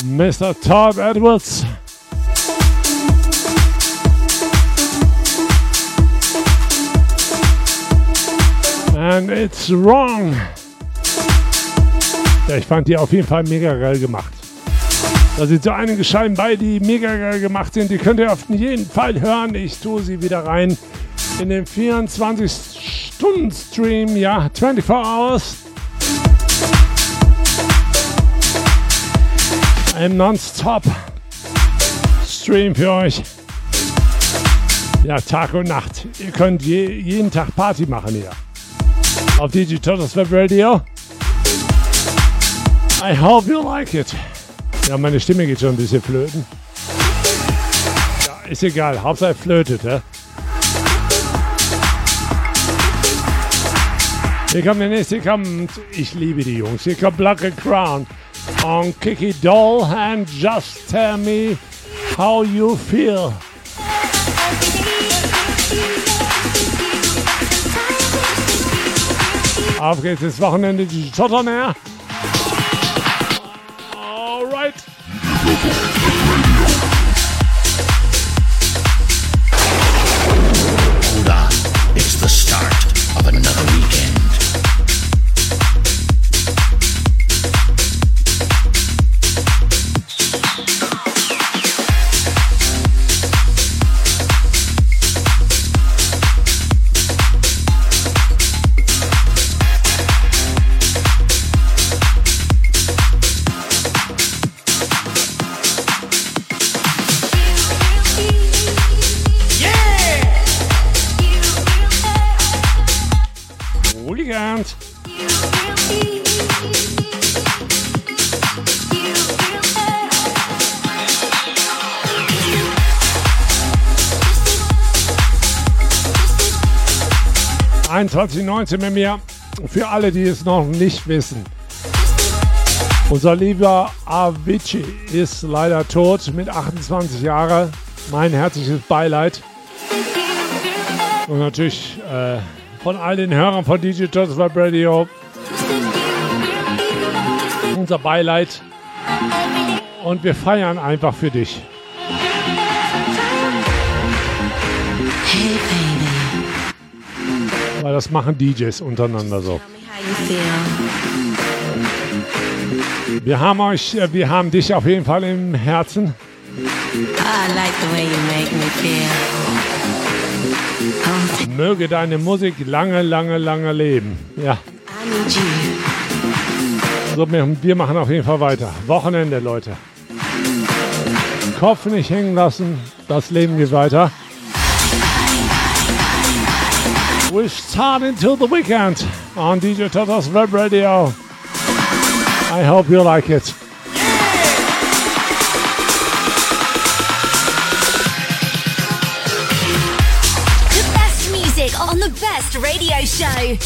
Mister Todd Edwards. And it's wrong. Ja, ich fand die auf jeden Fall mega geil gemacht. Da sind so einige Scheiben bei, die mega geil gemacht sind. Die könnt ihr auf jeden Fall hören. Ich tue sie wieder rein in den vierundzwanzig-Stunden-Stream. Ja, vierundzwanzig Hours. Ein Non-Stop-Stream für euch. Ja, Tag und Nacht. Ihr könnt je, jeden Tag Party machen hier. Auf D J Totos Web Radio. I hope you like it. Ja, meine Stimme geht schon ein bisschen flöten. Ja, ist egal. Hauptsache flötet, ja? Hier kommt der nächste, hier kommt, ich liebe die Jungs. Hier kommt Black and Crown on Kiki Doll and Just Tell Me How You Feel. Auf geht's ins Wochenende, die Totter. Alright. Hold on, it's the start of another weekend. Hooligans. einundzwanzig neunzehn mit mir. Für alle, die es noch nicht wissen. Unser lieber Avicii ist leider tot mit achtundzwanzig Jahren. Mein herzliches Beileid. Und natürlich äh, von all den Hörern von D J Totos Web Radio unser Beileid. Und wir feiern einfach für dich. Hey baby. Weil das machen D Js untereinander so. Wir haben euch, äh, wir haben dich auf jeden Fall im Herzen. I like the way you make me feel. Oh. Möge deine Musik lange, lange, lange leben. Ja. I need you. So, wir, wir machen auf jeden Fall weiter. Wochenende, Leute. Kopf nicht hängen lassen. Das Leben geht weiter. We start into the weekend on D J Totos Web Radio. I hope you like it. The best music on the best radio show.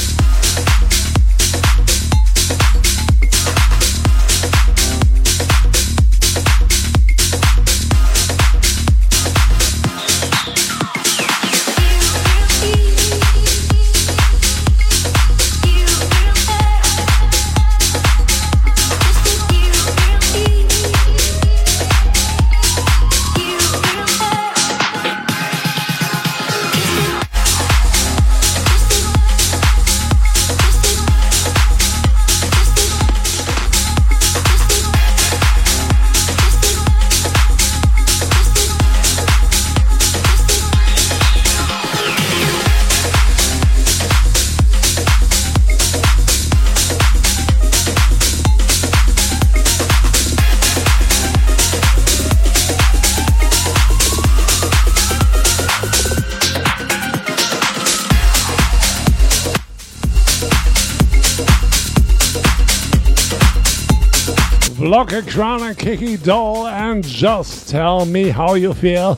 Block a Crown and Kiki Doll and Just Tell Me How You Feel.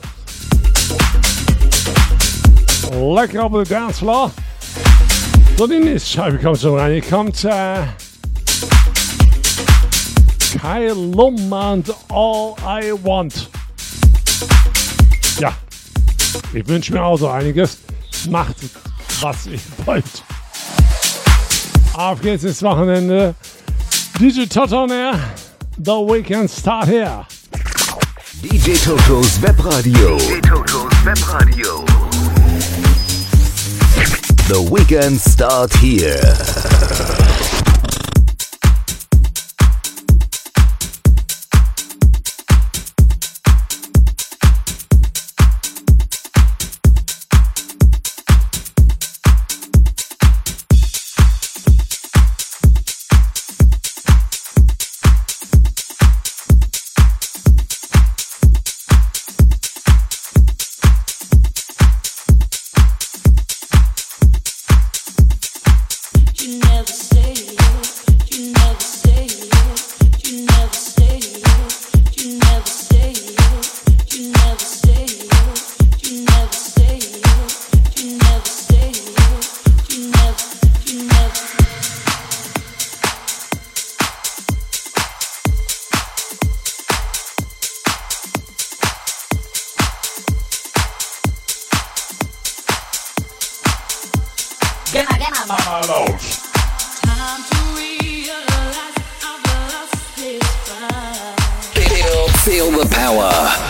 Lecker auf the dance floor. So, die nächste Scheibe kommt schon rein. Hier kommt äh, Kai Lum and All I Want. Ja, ich wünsche mir auch so einiges. Macht, was ihr wollt. Auf geht's ins Wochenende. D J Toton Air. The weekend start here. D J Toto's Webradio. D J Toto's Webradio. The weekend start here. Feel the power.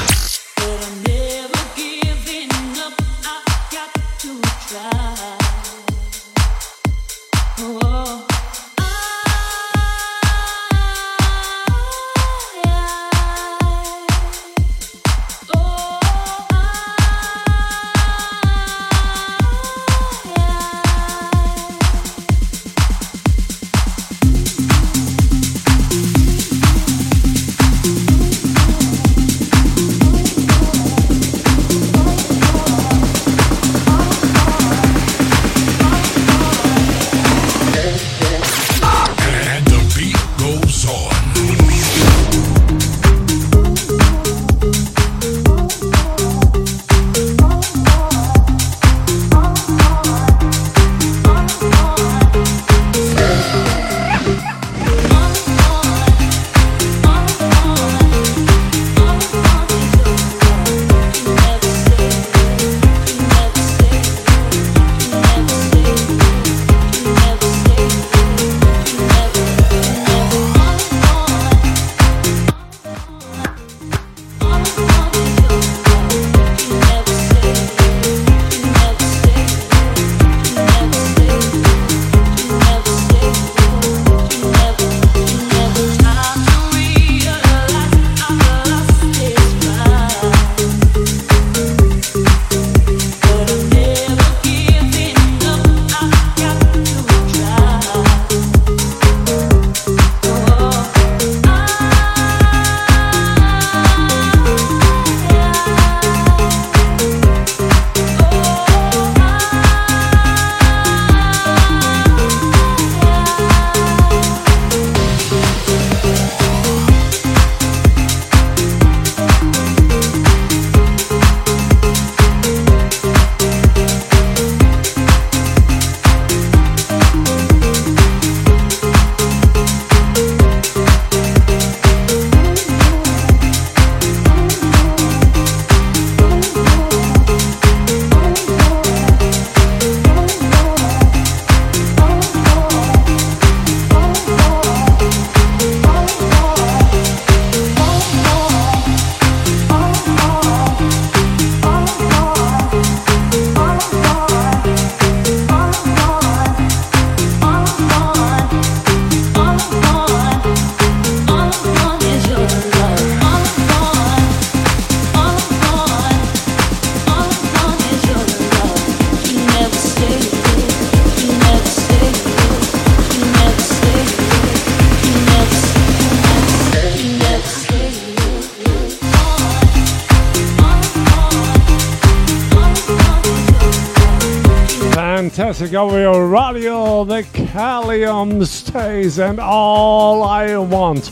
Fantastic over your radio, the Callium stays and all I want.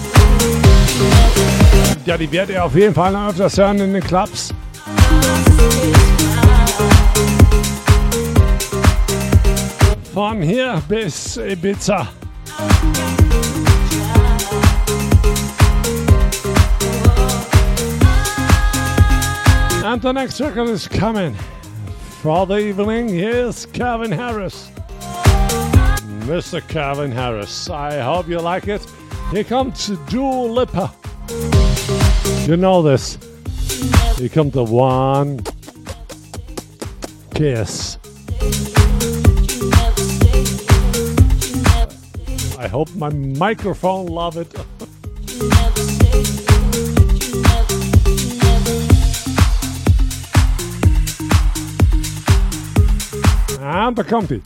Ja, die werdet ihr auf jeden Fall noch öfters hören in den Clubs. Von hier bis Ibiza. And the next record is coming. For the evening, here's Calvin Harris. Mister Calvin Harris. I hope you like it. Here comes Dua Lipa. You know this. Here comes the one kiss. I hope my microphone love it. And the comfy.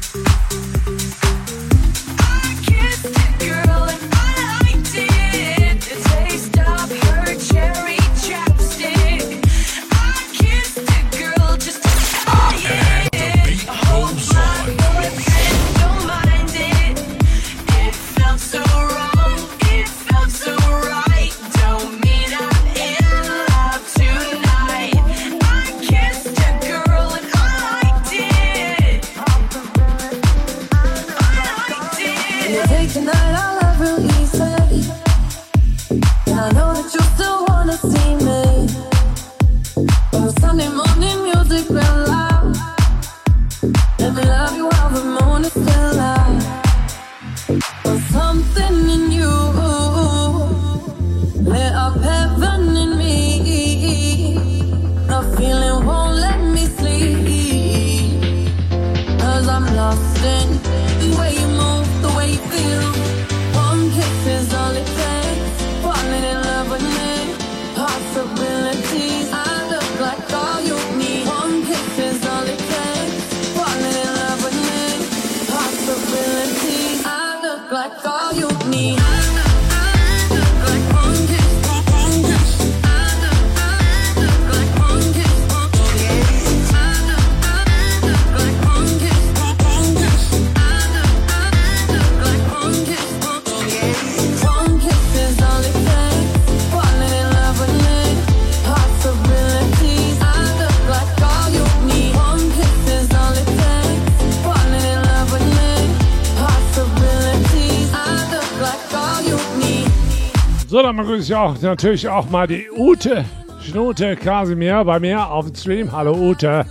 So, dann begrüße ich auch natürlich auch mal die Ute Schnute Kasimir bei mir auf dem Stream. Hallo Ute.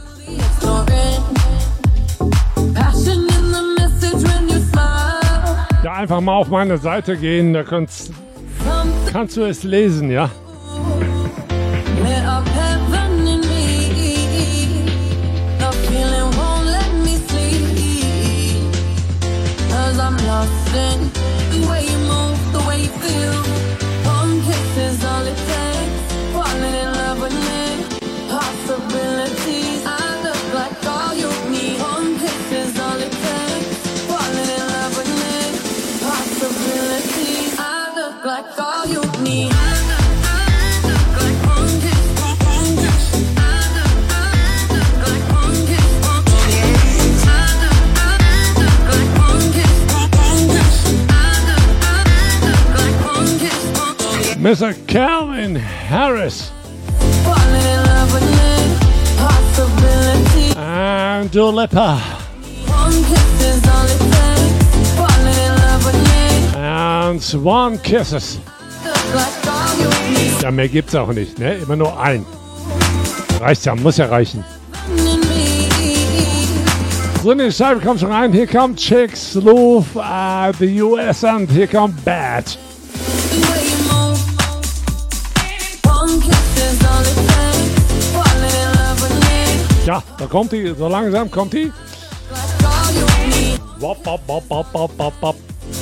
Ja, einfach mal auf meine Seite gehen, da kannst, kannst du es lesen, ja? Mister Calvin Harris and Dua Lipa and Swan Kisses. Ja, mehr gibt's auch nicht, ne? Immer nur ein. Reicht ja, muss ja reichen. So, in die Scheibe kommt schon rein. Hier kommt Chicks, Love, uh, the U S and hier kommt Bad. Ja, da kommt die, so langsam kommt die. Wop, wop, wop, wop, wop, wop, wop.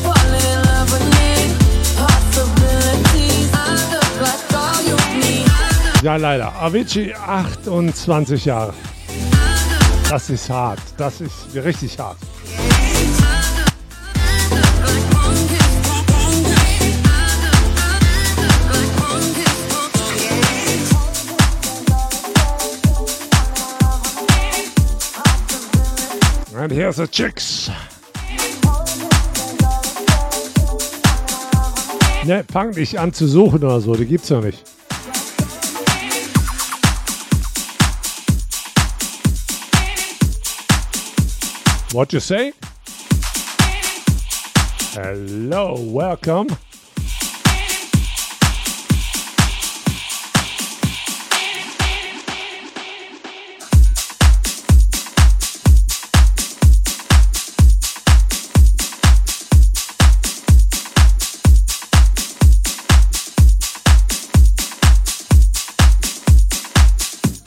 Ja, leider. Avicii, achtundzwanzig Jahre. Das ist hart. Das ist richtig hart. And here's the Chicks. Ne, fang nicht an zu suchen oder so, die gibt's ja nicht. What you say? Hello, welcome.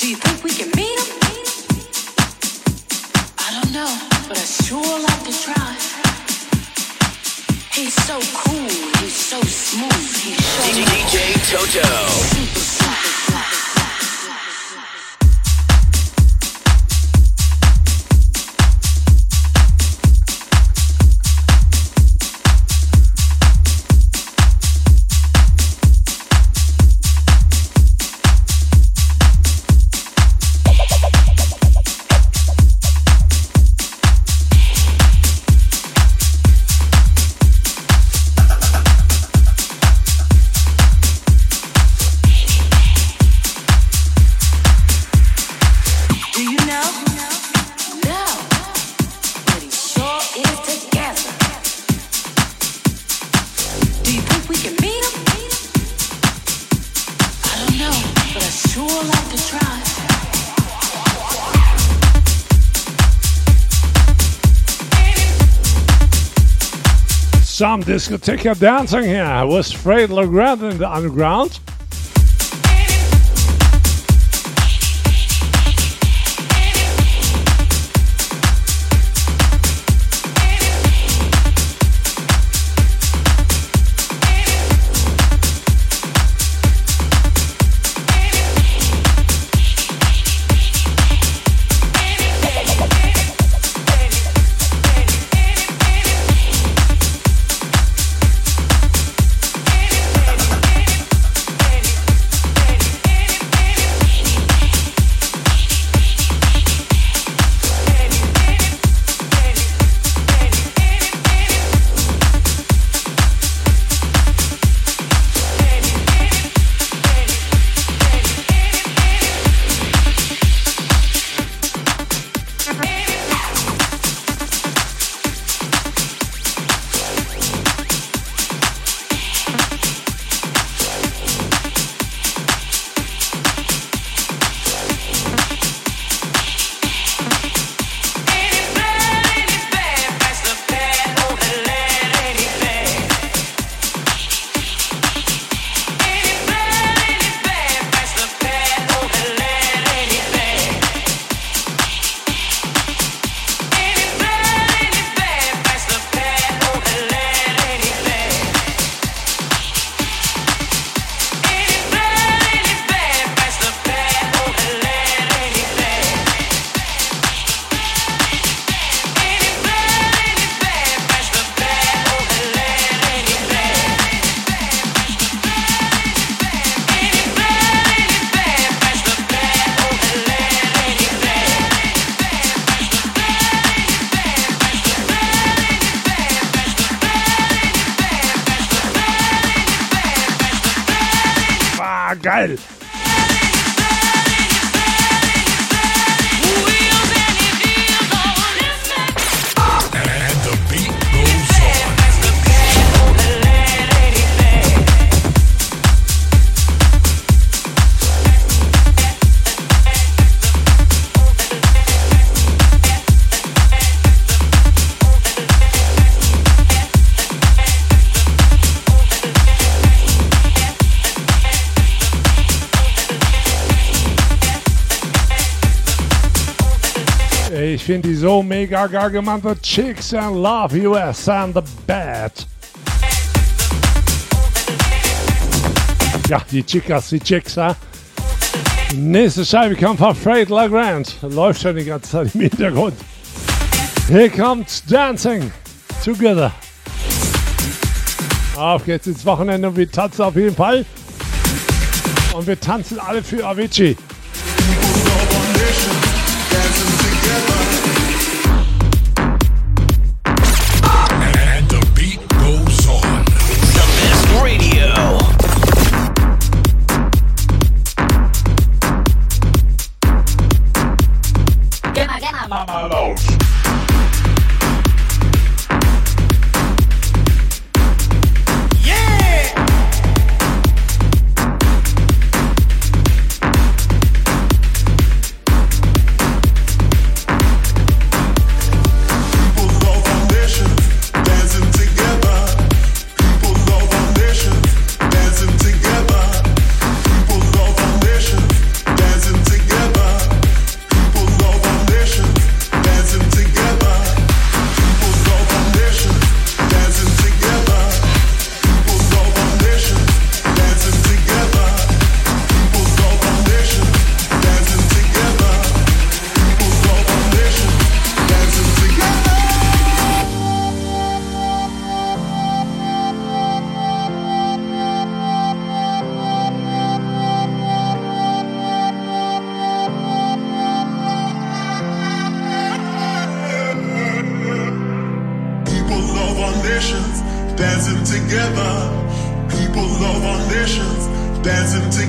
you think we can meet him? I don't know, but I sure like to try. He's so cool, he's so smooth, he's so D J Toto. super fly. Some discotheque dancing here with Fred LeGrand in the underground. Geil. Ich finde die so mega geil gemacht. The Chicks and Love U S and the Bad. Ja, die Chicas, die Chicks, ha? Nächste Scheibe kommt von Fred LeGrand. Läuft schon die ganze Zeit im Hintergrund. Hier kommt Dancing Together. Auf geht's ins Wochenende und wir tanzen auf jeden Fall. Und wir tanzen alle für Avicii.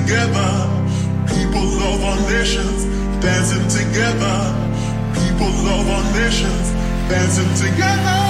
together. People of all nations dancing together. People of all nations dancing together.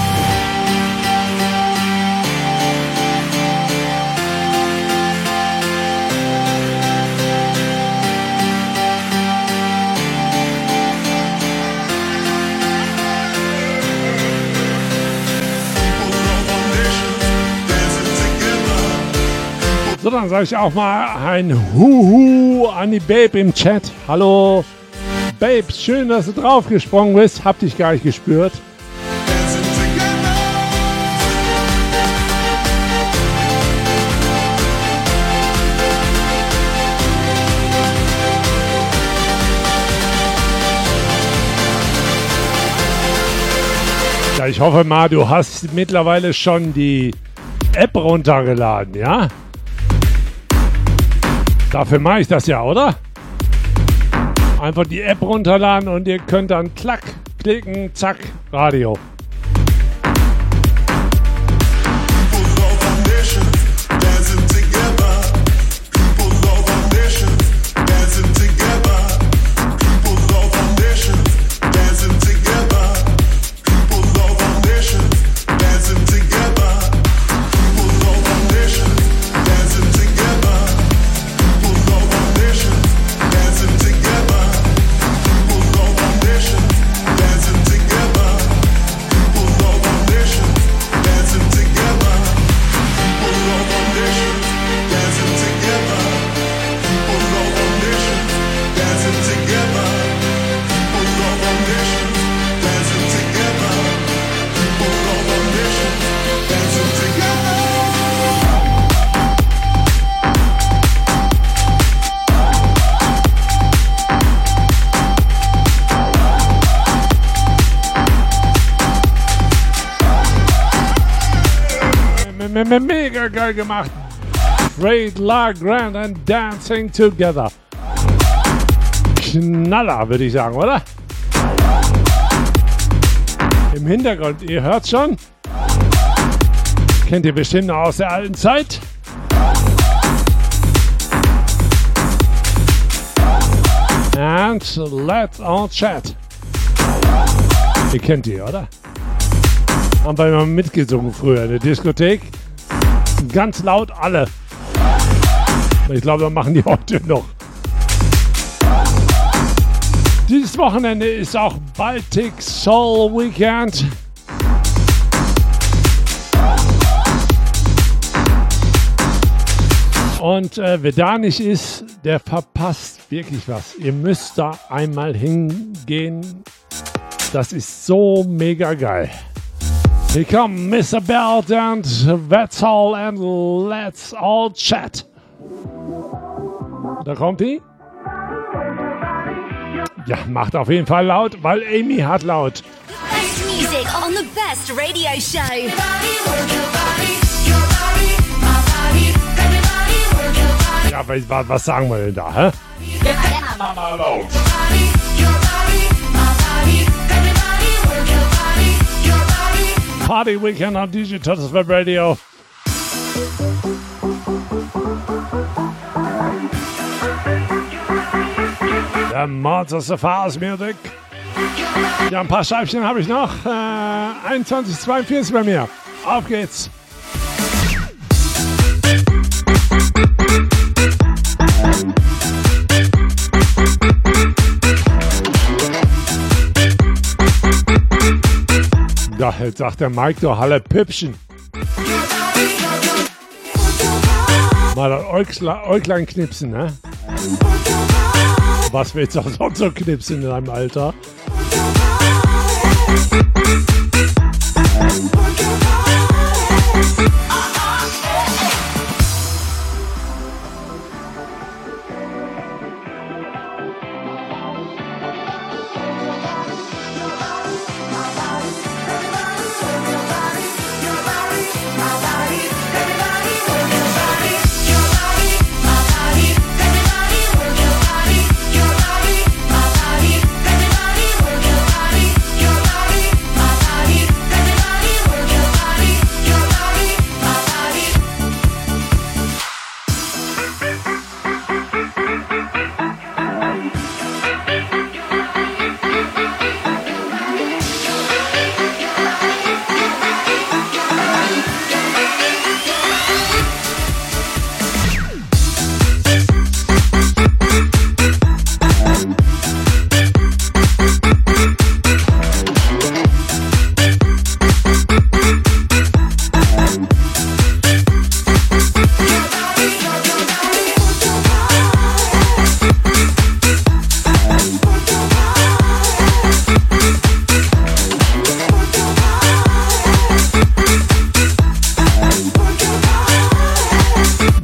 So, dann sage ich auch mal ein Huhu an die Babe im Chat. Hallo, Babe, schön, dass du draufgesprungen bist. Hab dich gar nicht gespürt. Ja, ich hoffe mal, du hast mittlerweile schon die App runtergeladen, ja? Dafür mache ich das ja, oder? Einfach die App runterladen und ihr könnt dann klack, klicken, zack, Radio. Mega geil gemacht. Great La Grand and Dancing Together. Knaller, würde ich sagen, oder? Im Hintergrund, ihr hört schon. Kennt ihr bestimmt noch aus der alten Zeit. And let's all chat. Ihr kennt die, oder? Haben wir immer mitgesungen früher in der Diskothek. Ganz laut alle. Ich glaube, das machen die heute noch. Dieses Wochenende ist auch Baltic Soul Weekend. Und äh, wer da nicht ist, der verpasst wirklich was. Ihr müsst da einmal hingehen. Das ist so mega geil. Here come Mister Belt and that's all and let's all chat. Da kommt die. Ja, macht auf jeden Fall laut, weil Amy hat laut. Best music on the best radio show. Ja, was, was sagen wir denn da, hä? Mach mal laut. Party Weekend on D J Totos Web Radio. Der Monsters of House Music. Ja, ein paar Scheibchen habe ich noch. Äh, einundzwanzig zweiundvierzig bei mir. Auf geht's. Ja, jetzt sagt der Mike, du Halle Püppchen. Mal das Äuglein, Äuglein knipsen, ne? Was willst du auch sonst so knipsen in deinem Alter?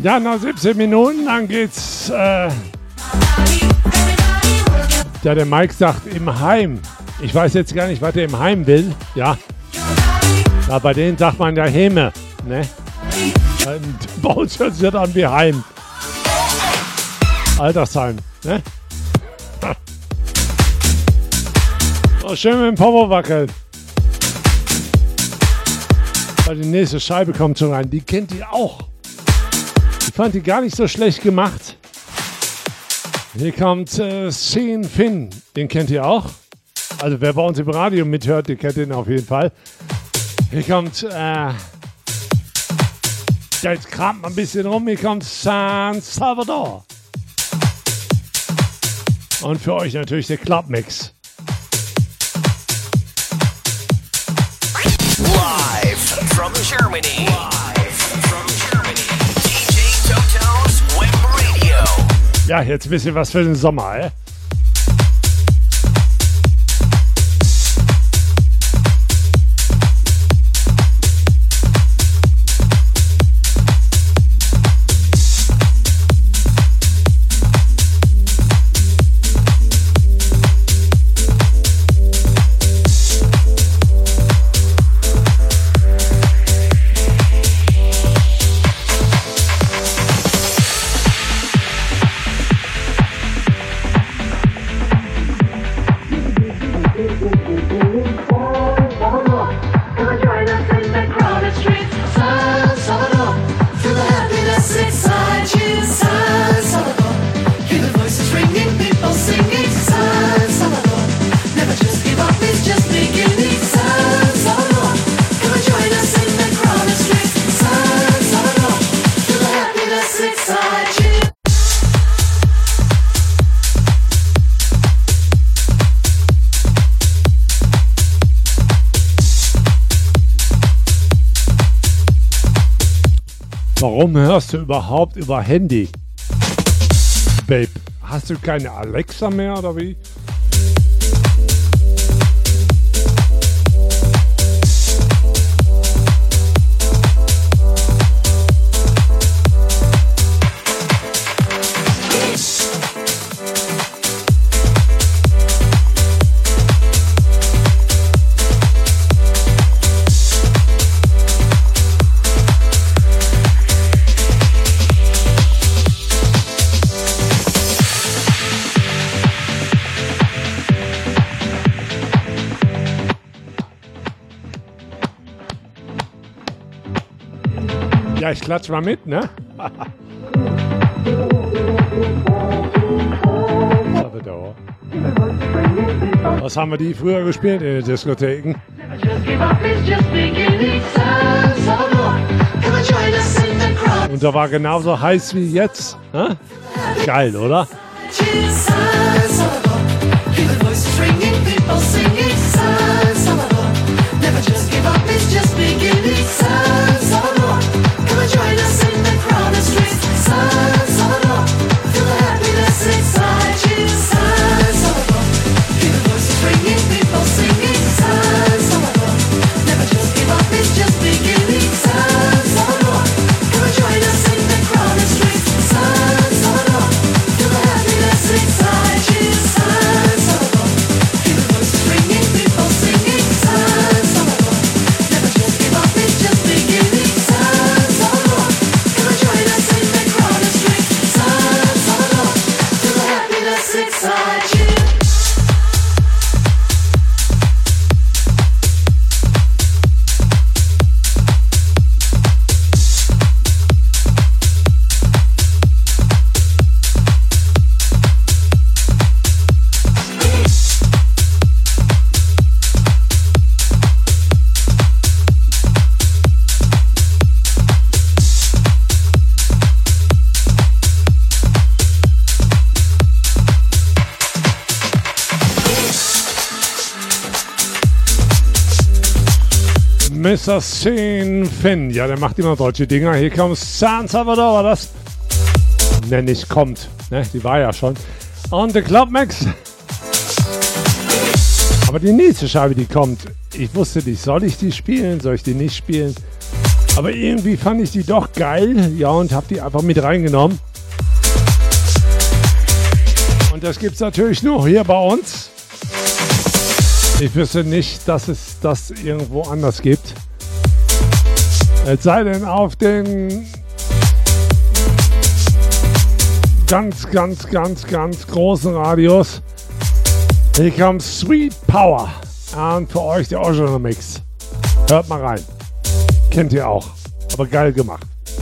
Ja, nach siebzehn Minuten, dann geht's. Äh, ja, der Mike sagt im Heim. Ich weiß jetzt gar nicht, was er im Heim will. Ja. Ja, bei denen sagt man ja Heme. Ne? Und bei uns hört sich das an wie Heim. Altersheim. Ne? Oh, schön mit dem Popo wackeln. Weil die nächste Scheibe kommt schon rein. Die kennt ihr auch. Ich fand die gar nicht so schlecht gemacht. Hier kommt äh, Scene Finn. Den kennt ihr auch. Also wer bei uns im Radio mithört, der kennt den auf jeden Fall. Hier kommt, äh, ja, jetzt kramt man ein bisschen rum. Hier kommt San Salvador. Und für euch natürlich der Clubmix. Live from Germany. Live from Germany. D J Toto's Web Radio. Ja, jetzt ein bisschen was für den Sommer, eh? Warum hörst du überhaupt über Handy? Babe, hast du keine Alexa mehr oder wie? Ja, ich klatsch mal mit, ne? Was haben wir die früher gespielt in den Diskotheken? Und da war genauso heiß wie jetzt. Ne? Geil, oder? Join us in the crowded streets, San Salvador. Feel the happiness inside you, San Salvador. Hear the voices ringing, people singing, San Salvador. Never just give up, it's just beginning, San Salvador. Come and join us in the crowded streets, San Salvador. Feel the happiness inside you, San Salvador. Hear the voices ringing, people singing, San Salvador. Never just give up, it's just beginning, San Salvador. Inside you. Mister Scene Finn, ja, der macht immer deutsche Dinger. Hier kommt San Salvador, war das? Ne, nicht kommt. Ne, die war ja schon. Und der Clubmix. Aber die nächste Scheibe, die kommt, ich wusste nicht, soll ich die spielen, soll ich die nicht spielen? Aber irgendwie fand ich die doch geil, ja, und habe die einfach mit reingenommen. Und das gibt's natürlich nur hier bei uns. Ich wüsste nicht, dass es das irgendwo anders gibt. Es sei denn auf den ganz, ganz, ganz, ganz großen Radios. Hier kommt Sweet Power. Und für euch der Original Mix. Hört mal rein. Kennt ihr auch. Aber geil gemacht.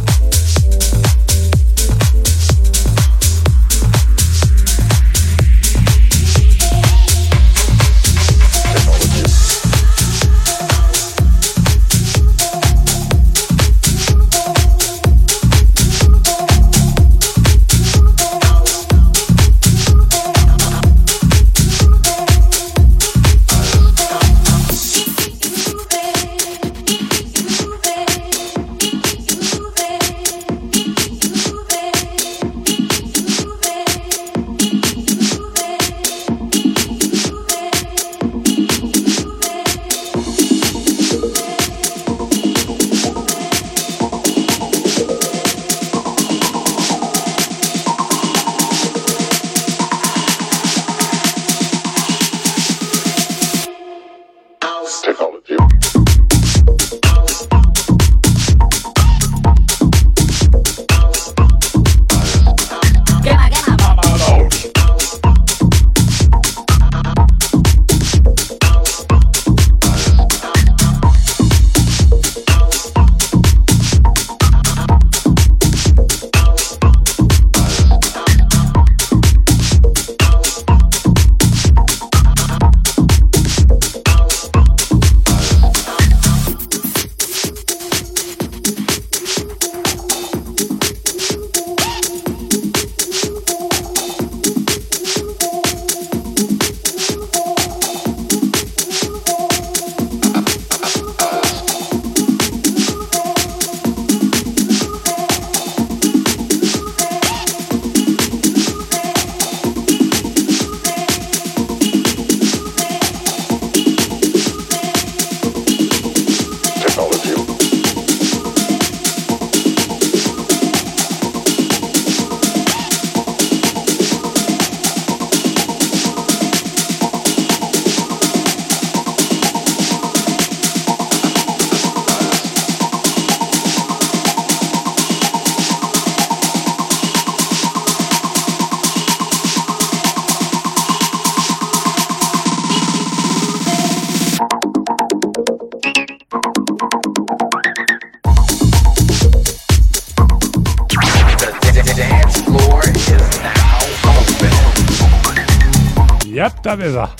Ja, da ist er.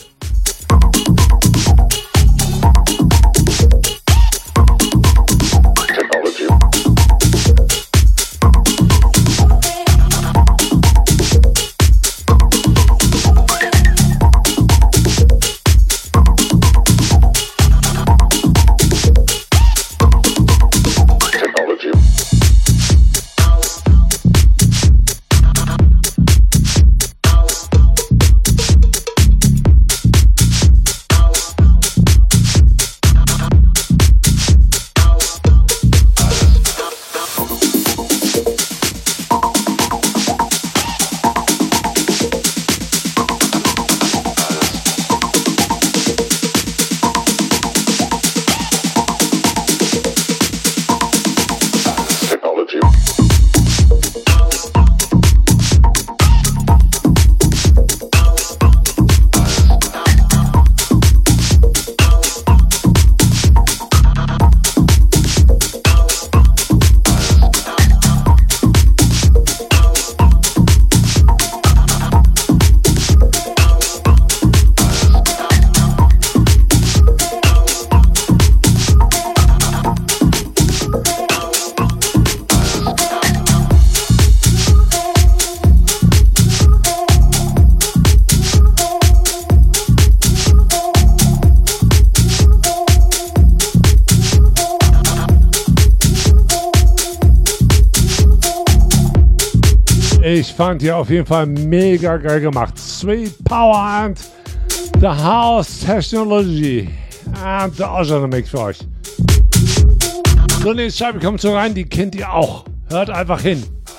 Ich fand die auf jeden Fall mega geil gemacht. Sweet Power and the House Technology and the Original Mix für euch. So, nächste Scheibe kommt so rein, die kennt ihr auch. Hört einfach hin.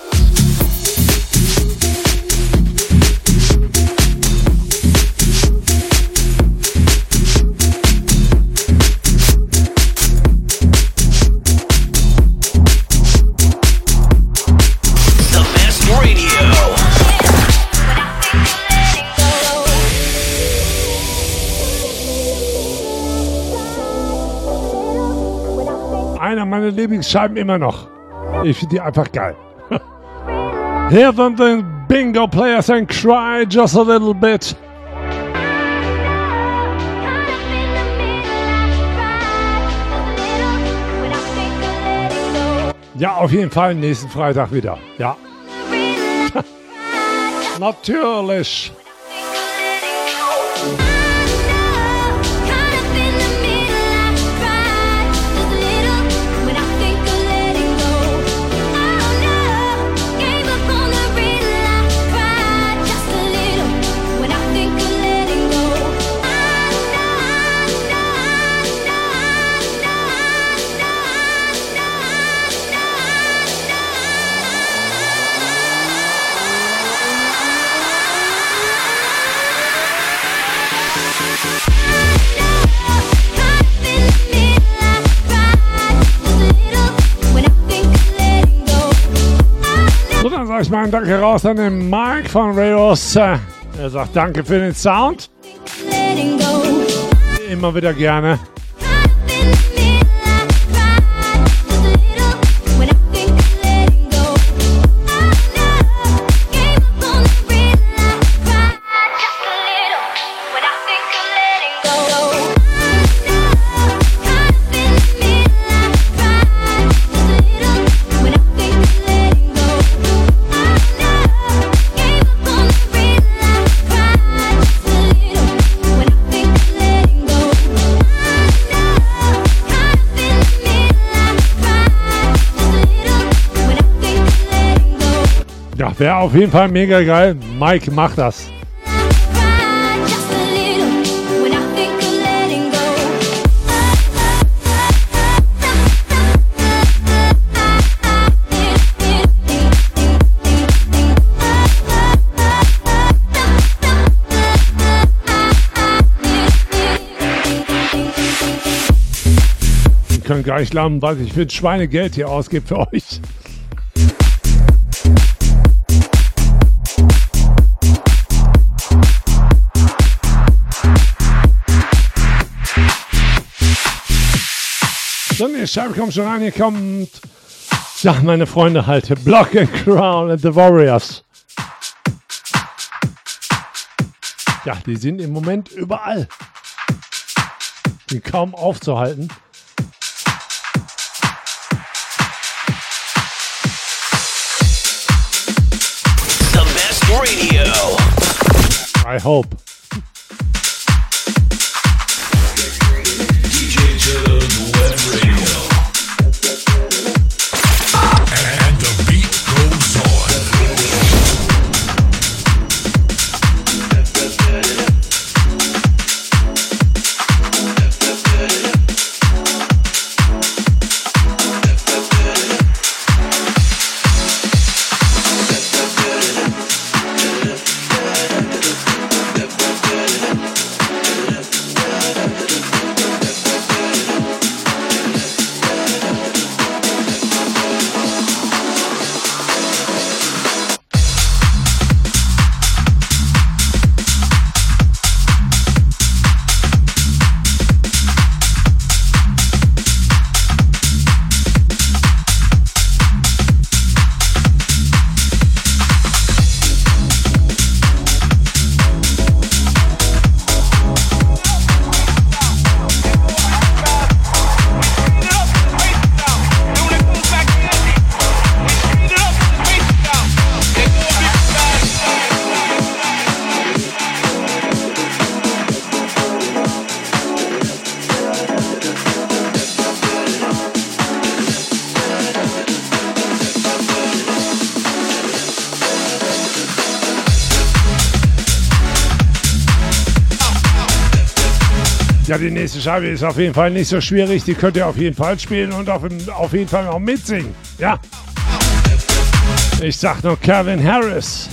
Einer meiner Lieblingsscheiben immer noch. Ich finde die einfach geil. Here then the bingo players and cry just a little bit. Ja, auf jeden Fall nächsten Freitag wieder. Ja. Natürlich. Sag ich mal ein Danke raus an den Mike von Rayos. Er sagt Danke für den Sound. Immer wieder gerne. Wäre auf jeden Fall mega geil. Mike, mach das. Ihr könnt gar nicht glauben, was ich für ein Schweinegeld hier ausgebe für euch. So, die Scheibe kommt schon rein, hier kommt, ja, meine Freunde halt, Block and Crown and the Warriors. Ja, die sind im Moment überall. Sind kaum aufzuhalten. The best radio. I hope. D J Toad Web Radio. And the beat goes on. Ja, die nächste Scheibe ist auf jeden Fall nicht so schwierig. Die könnt ihr auf jeden Fall spielen und auf, auf jeden Fall auch mitsingen. Ja. Ich sag nur Calvin Harris.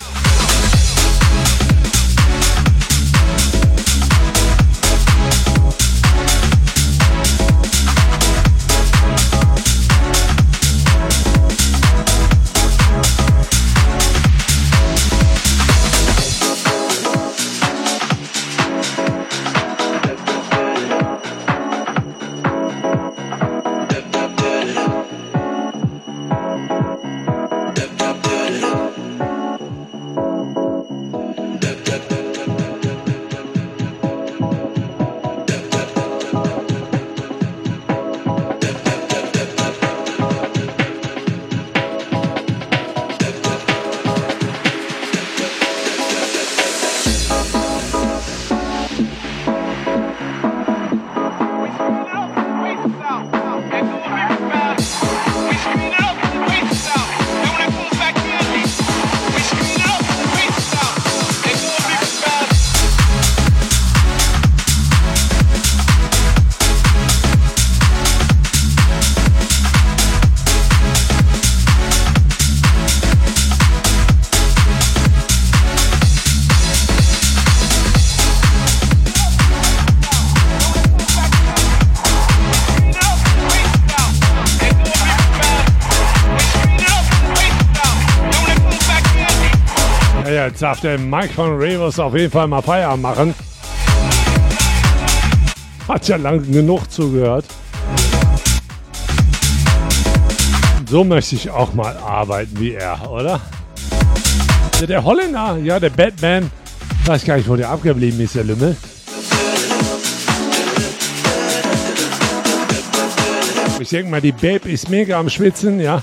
Jetzt darf der Mike von Ravers auf jeden Fall mal Feierabend machen. Hat ja lang genug zugehört. So möchte ich auch mal arbeiten wie er, oder? Ja, der Holländer, ja, der Batman. Ich weiß gar nicht, wo der abgeblieben ist, der Lümmel. Ich denke mal, die Babe ist mega am Schwitzen, ja.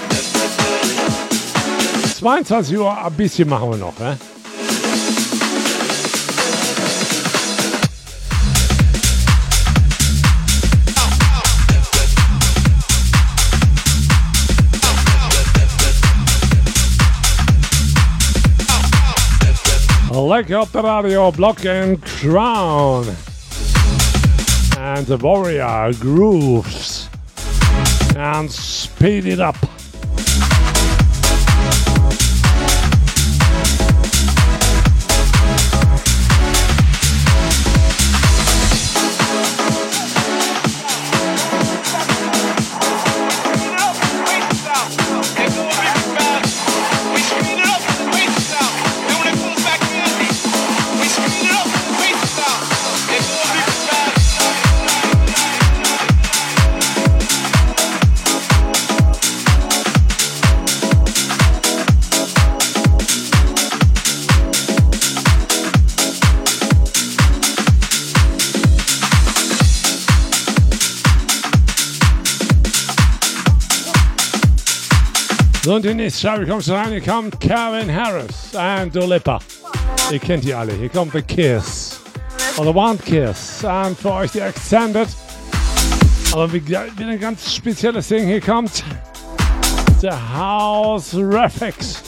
zweiundzwanzig Uhr, ein bisschen machen wir noch, ne? Leck up the radio, Block and Crown. And the Warrior grooves. And speed it up. So, und die nächste Scheibe kommt rein. Hier kommt Calvin Harris und Dua Lipa. Ihr kennt die alle. Hier kommt The Kiss. Oder One Kiss. Und für euch die Extended. Aber wieder ein ganz spezielles Ding. Hier kommt The House Refix.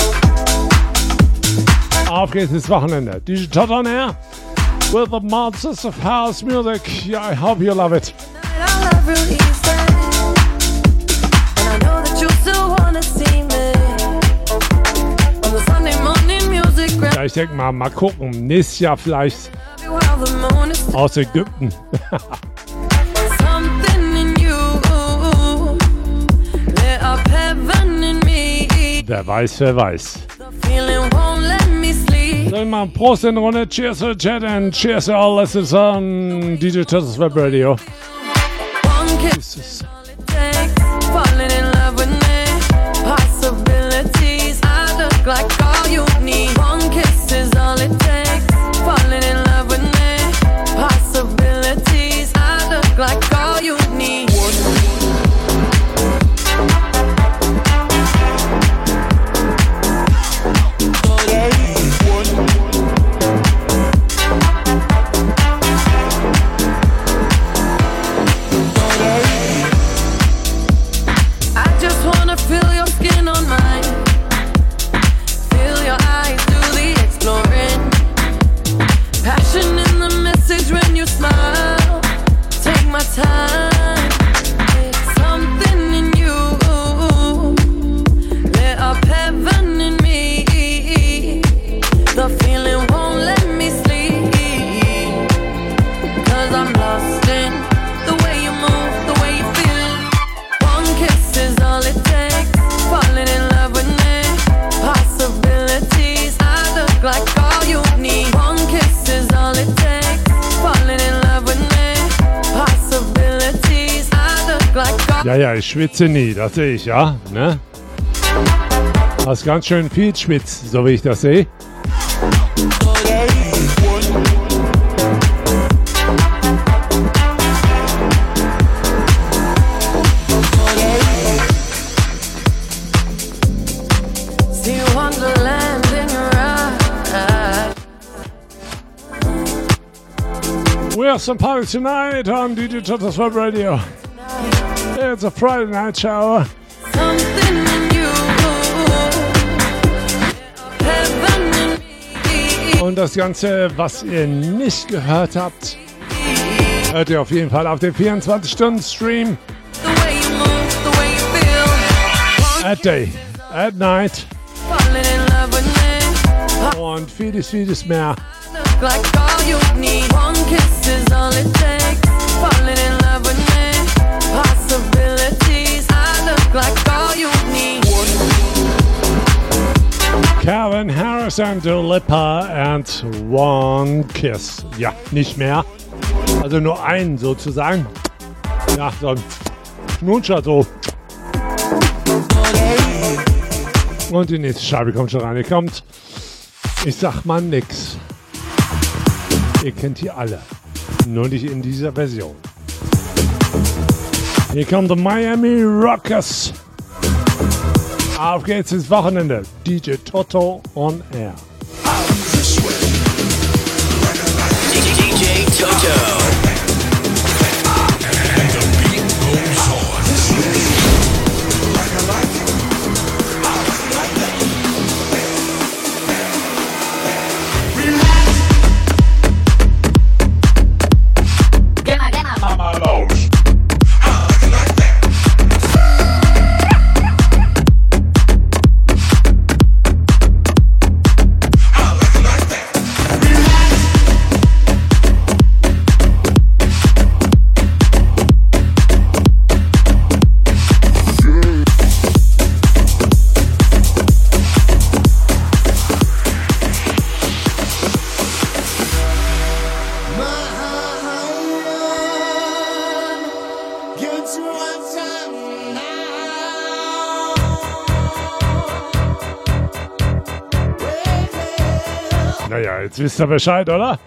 Auf geht's ins Wochenende. D J Todd on air with the monsters of house music. Yeah, I hope you love it. Ja, ich denke mal, mal gucken. Nächstes Jahr vielleicht aus Ägypten. Wer weiß, wer weiß. Soll ich mal ein Prost in die Runde. Cheers to the chat and cheers to all listeners on D J Todd's Web Radio. Jesus. Falling in love with me, possibilities. I look like all you need. One kiss is all it takes. Falling in love with me, possibilities. I look like all you need. Ja, ja, ich schwitze nie, das sehe ich, ja. Ne? Hast ganz schön viel schwitzt, so wie ich das sehe. We have some party tonight on D J Toto's Web Radio. It's a Friday night show. Und das Ganze, was ihr nicht gehört habt, hört ihr auf jeden Fall auf dem vierundzwanzig Stunden Stream. At day, at night. Und vieles, vieles mehr. Like all you need, one kiss is all it takes. Falling in love with me, possibilities. I look like all you need. Calvin Harris and Dua Lipa and One Kiss. Ja, nicht mehr. Also nur einen sozusagen. Ja, so ein Schnutscher so. Und die nächste Scheibe kommt schon rein. Die kommt. Ich sag mal nix. Ihr kennt die alle, nur nicht in dieser Version. Hier kommt der Miami Rockers. Auf geht's ins Wochenende. D J Toto on Air. D J Toto. Naja, jetzt wisst ihr Bescheid, oder?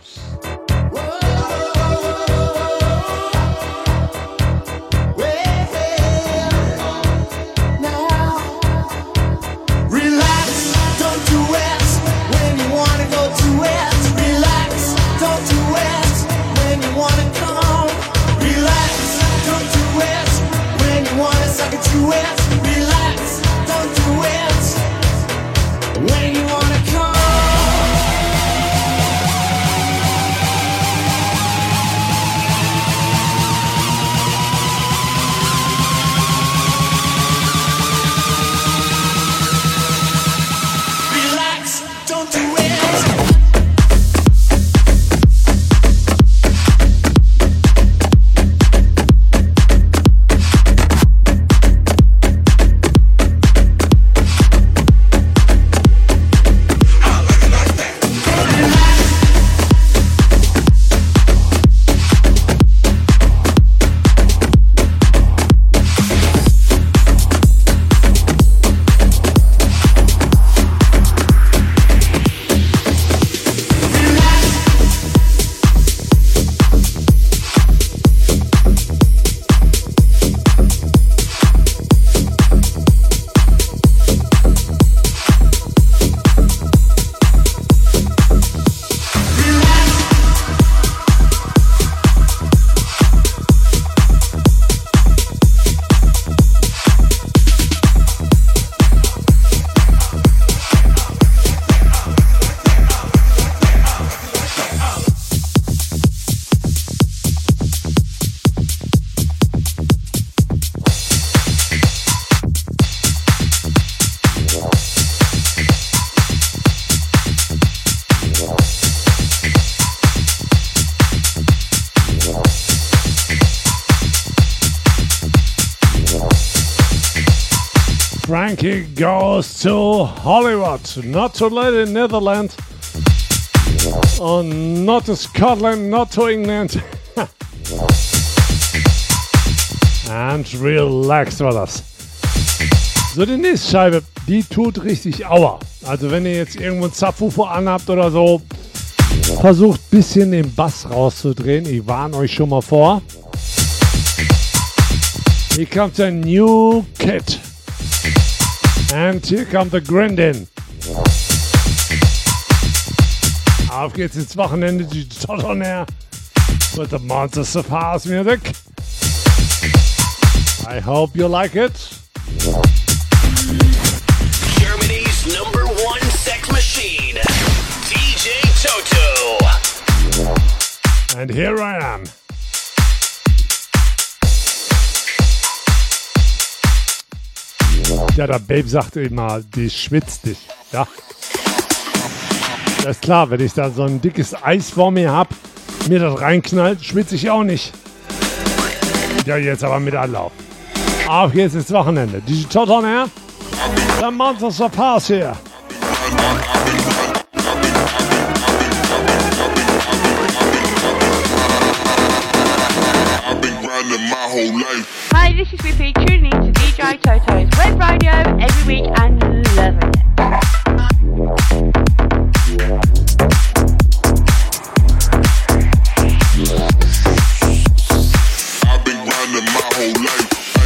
Frankie goes to Hollywood, not to Lady Netherlands, and not to Scotland, not to England. And relax war das. So, die nächste Scheibe, die tut richtig Aua. Also wenn ihr jetzt irgendwo einen Subwoofer anhabt oder so, versucht ein bisschen den Bass rauszudrehen. Ich warne euch schon mal vor. Hier kommt der New Kid. And here comes the Grindin. Auf geht's ins Wochenende, die Tot on Air with the Monsters of House Music. I hope you like it. Germany's number one sex machine, D J Toto. And here I am. Ja, der Babe sagt immer, die schwitzt dich. Ja. Das ist klar, wenn ich da so ein dickes Eis vor mir habe, mir das reinknallt, schwitze ich auch nicht. Ja, jetzt aber mit Anlauf. Auf geht's ins Wochenende. Die Tot on Air, the Monsters of House hier. Hi, this is Whippy, tuning in to D J Toto's web radio every week and loving it. I've been grinding my whole life.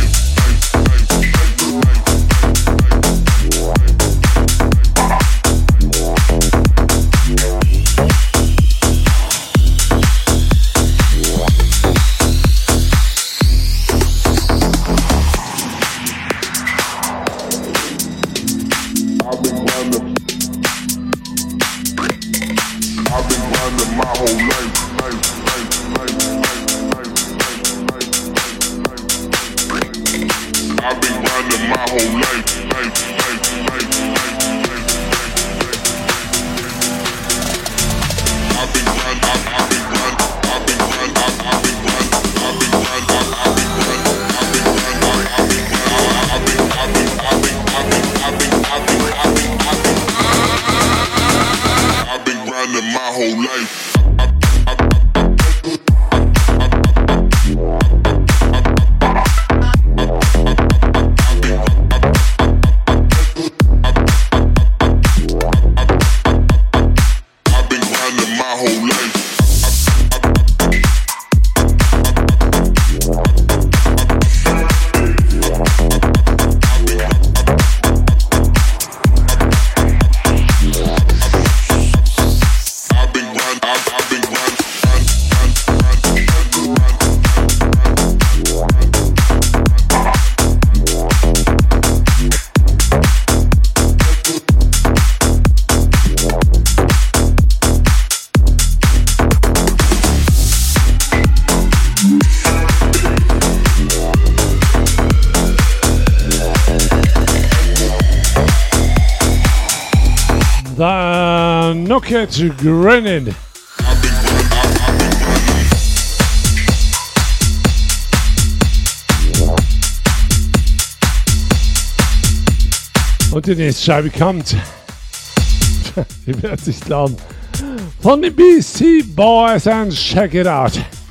The Nokia Grenade. Und die nächste Scheibe kommt. Ihr werdet es nicht glauben. Von den B C Boys and check it out.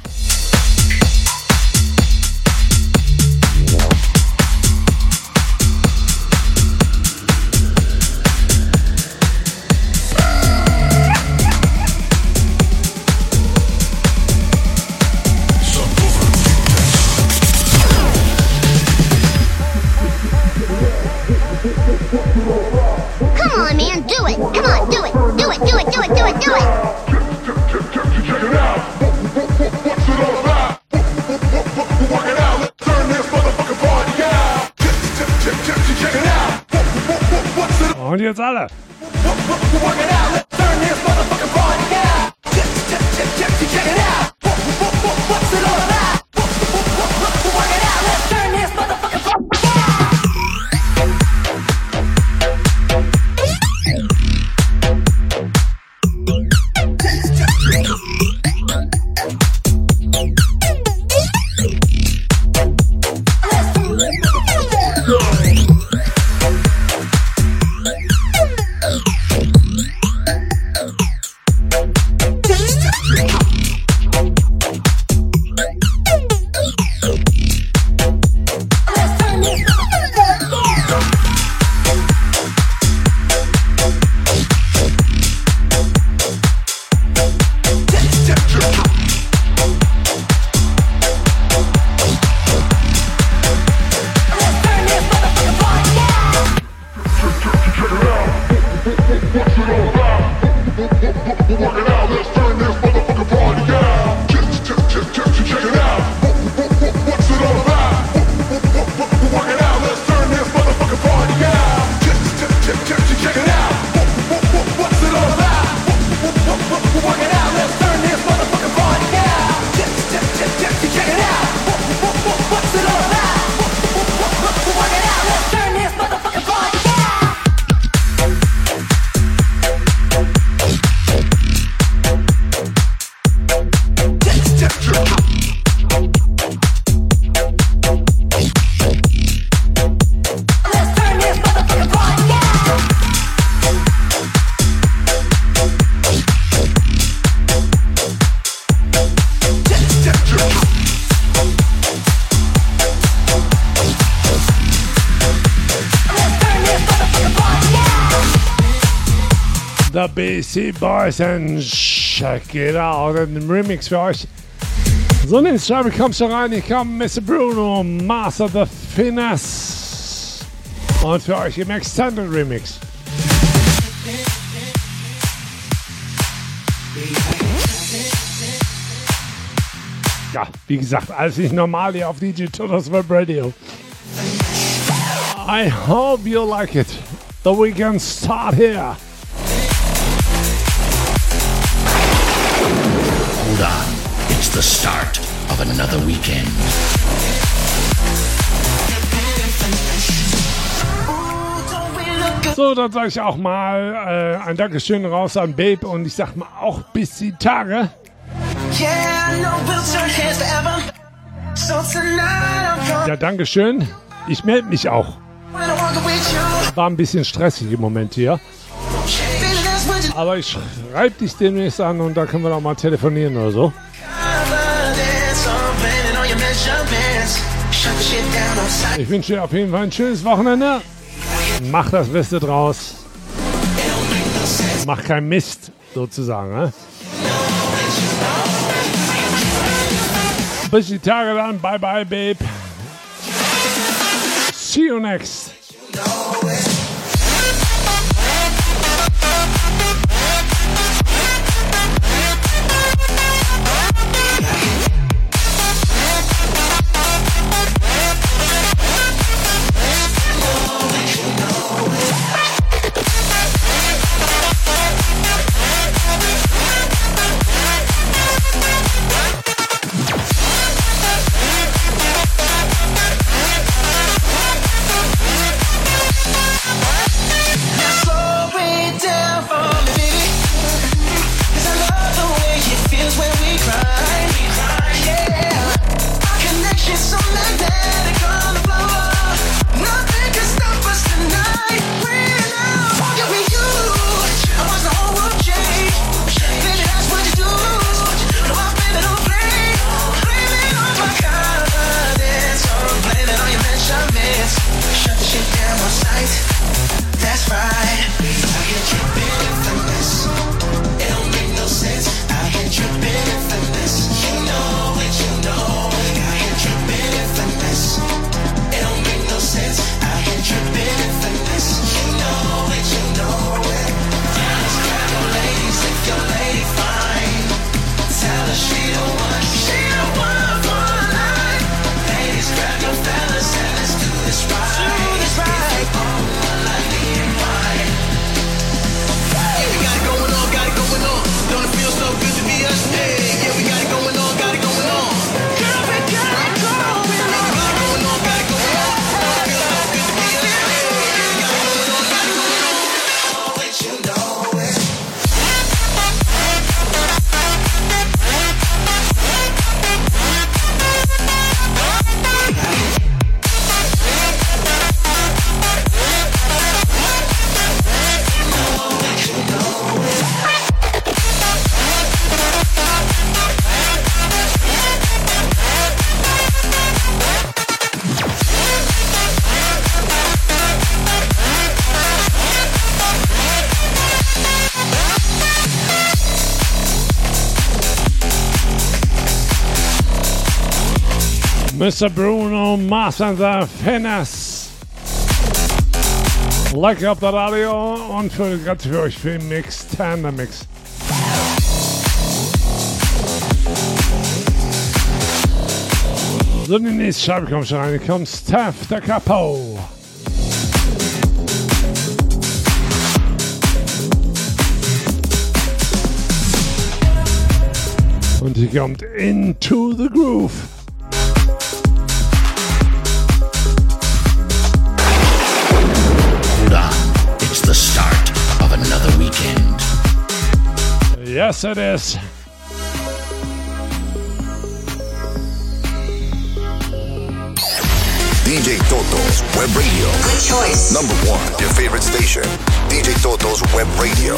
Come on, man, do it. Come on, do it. Do it, do it, do it, do it, do it. Check it out. What's it all about? Work it out. Let's turn this motherfucking party out. Check it out. What's it all Und jetzt alle. Work it out. Let's turn this motherfucking party out. Check it out. What's it all about? Work it out. Let's turn this motherfucking party out. Work it out, let's turn this motherfucking party out. Check, check, check, check, check it out. What's it all about? Work it out, let's turn this motherfucking party out. Check, check, check, check, check it out. What's it all about? Work it out, let's turn this motherfucking party out. Check, check, check, check, check it out. What's it all about? Work it out, let's turn this motherfucking party out. The B C Boys and check it out. Ein Remix für euch. So, in den Style kommst du rein. Hier kommt Mister Bruno, Master the Finesse. Und für euch im Extended Remix. Ja, wie gesagt, alles nicht normal hier auf D J Toto's Web Radio. I hope you like it. The weekend start here. Hold on, it's the start of another weekend. So, dann sage ich auch mal äh, ein Dankeschön raus an Babe und ich sag mal auch bis die Tage. Ja, Dankeschön. Ich melde mich auch. War ein bisschen stressig im Moment hier. Aber ich schreibe dich demnächst an und da können wir noch mal telefonieren oder so. Ich wünsche dir auf jeden Fall ein schönes Wochenende. Mach das Beste draus. Mach keinen Mist, sozusagen. Ne? Bis die Tage dann. Bye bye, Babe. See you next. Mister Bruno, Master the Finesse. Like auf der Radio und für, für euch für den Mix, Tandem Mix. So, die nächste Scheibe kommt schon rein. Kommt Steph the Capo. Und hier kommt Into the Groove. Hold on, it's the start of another weekend. Yes, it is. D J Toto's Web Radio. Good choice. Number one, your favorite station. D J Toto's Web Radio.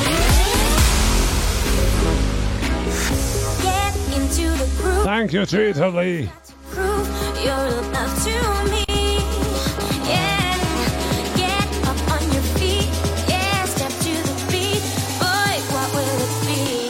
Get into the groove. Thank you to Italy. Prove your love to me. Yeah, get up on your feet. Yeah, step to the beat. Boy, what will it be?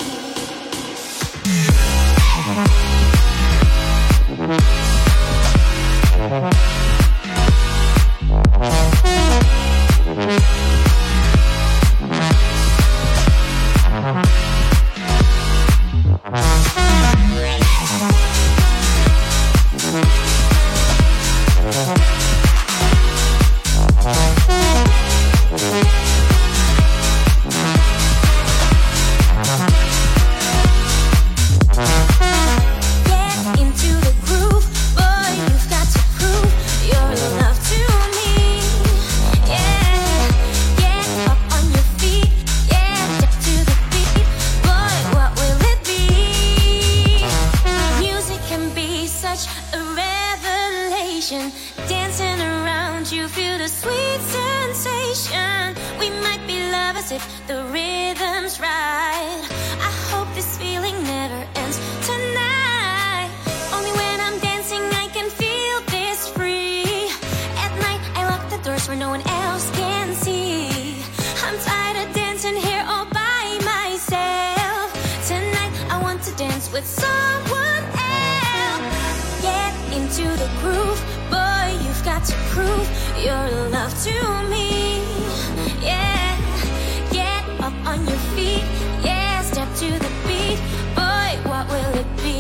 Get into the groove, boy, you've got to prove your love to me. Yeah, get up on your feet. Yeah, step to the beat. Boy, what will it be? Music can be such a revelation. Dancing around you, feel the sweet sensation. We might be lovers if the rhythm's right. I hope this feeling never ends tonight. Only when I'm dancing I can feel this free. At night I lock the doors where no one else can see. I'm tired of dancing here all by myself. Tonight I want to dance with someone else. Get into the groove, boy, you've got to prove your love to me. Yeah, get up on your feet. Yeah, step to the beat. Boy, what will it be?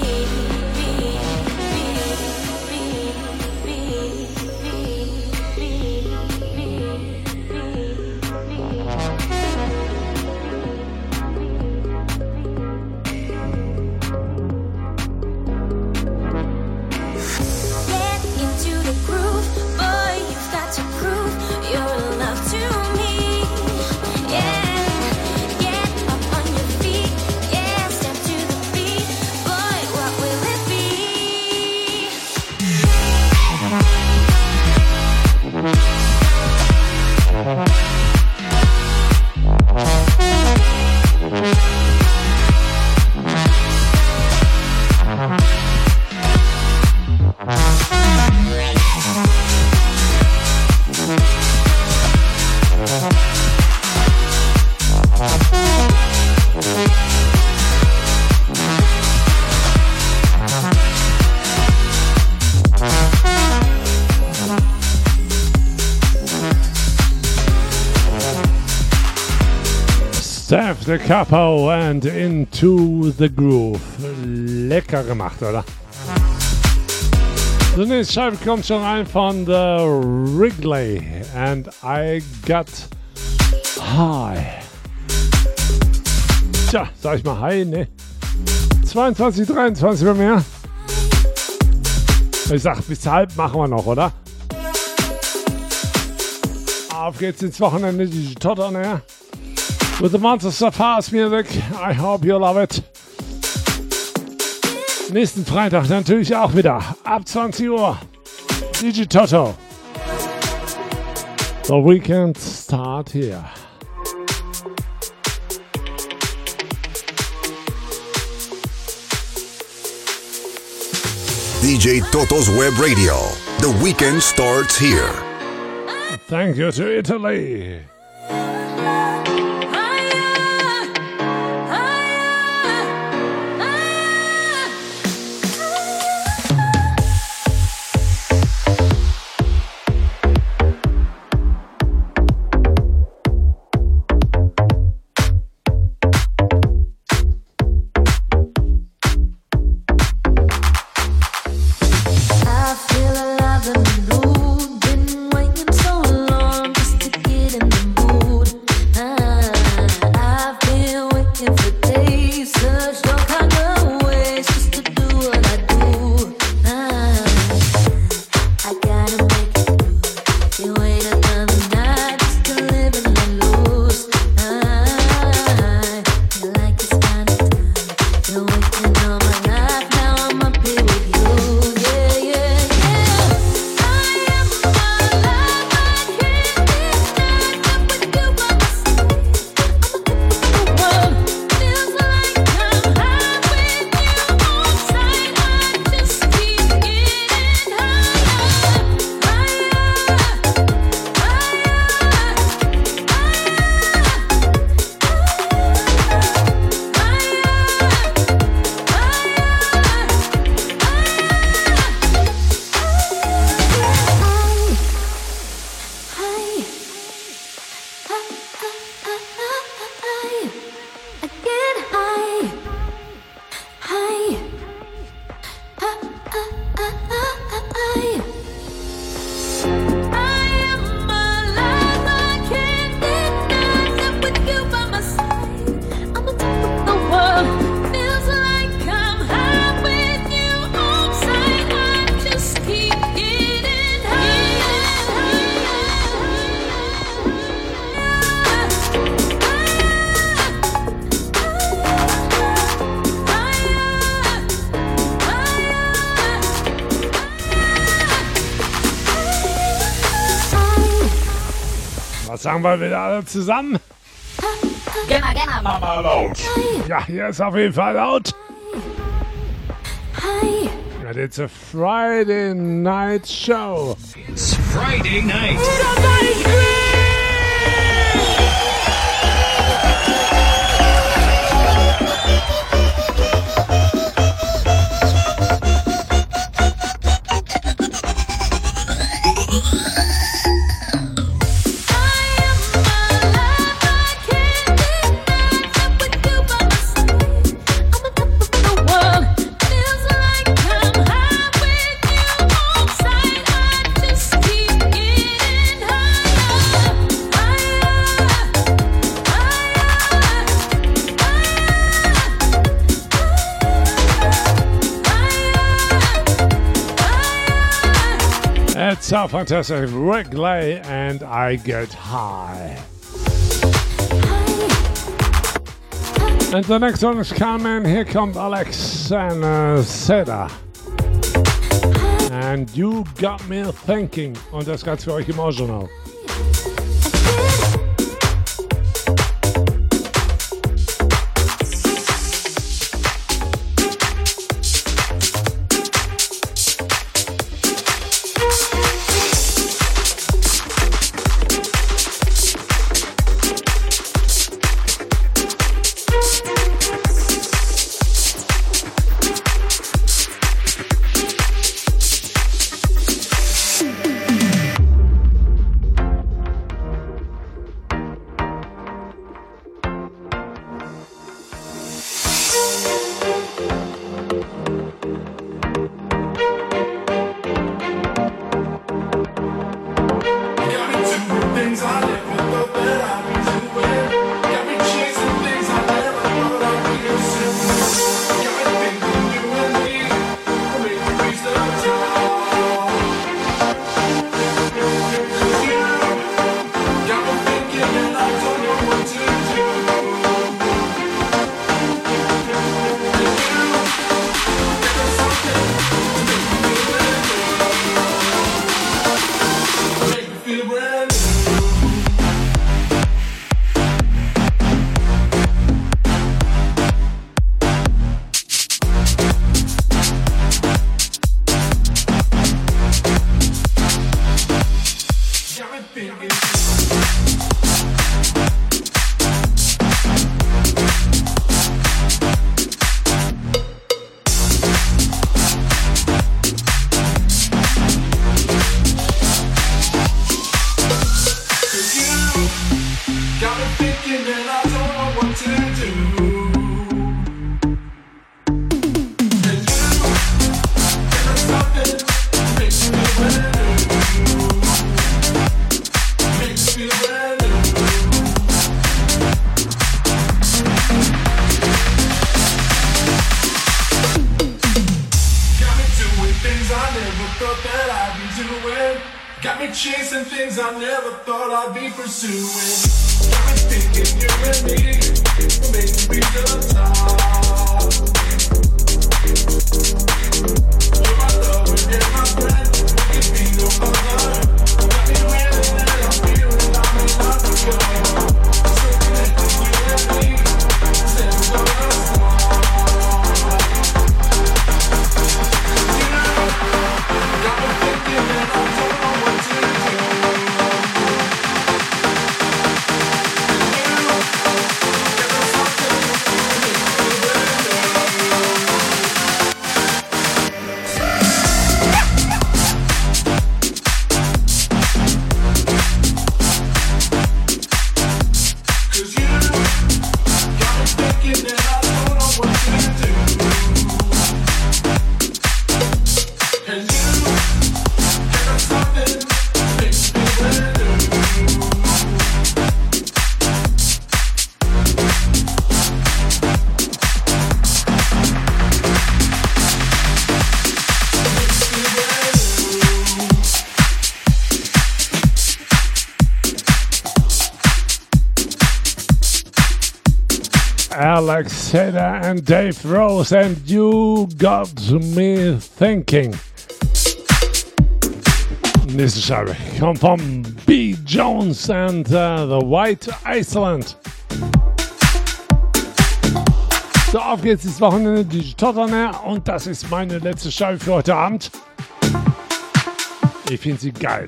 Get into the groove, boy, you've got to prove your love to me. Yeah, get up on your feet. Yeah, step to the beat. Boy, what will it be? Steph the Capo and Into the Groove. Lecker gemacht, oder? So, nächste Scheibe kommt schon rein von The Wrigley and I Got High. Tja, sag ich mal Hi, ne? zweiundzwanzig, dreiundzwanzig bei mir. Ich sag, bis halb machen wir noch, oder? Auf geht's ins Wochenende, die Totter, ne? With the Monsters of House music. I hope you love it. Nächsten Freitag natürlich auch wieder. Ab zwanzig Uhr. D J Toto. The weekend start here. D J Toto's Web Radio. The weekend starts here. Thank you to Italy. I sagen wir wieder alle zusammen. Gemma, Gemma, Mama laut. Ja, hier ist auf jeden Fall laut. Hi. And it's a Friday night show. It's Friday night. It's so fantastic. Rick Lay and I Get High. And the next one is coming. Here comes Alex and uh, Seda. And You Got Me Thinking. Und das Ganze für euch im Original. Alex Seda and Dave Rose, and You Got Me Thinking. Nächste Scheibe kommt vom B J Jones and uh, the White Iceland. So, auf geht's dieses Wochenende, D J Totterner, und das ist meine letzte Scheibe für heute Abend. Ich finde sie geil.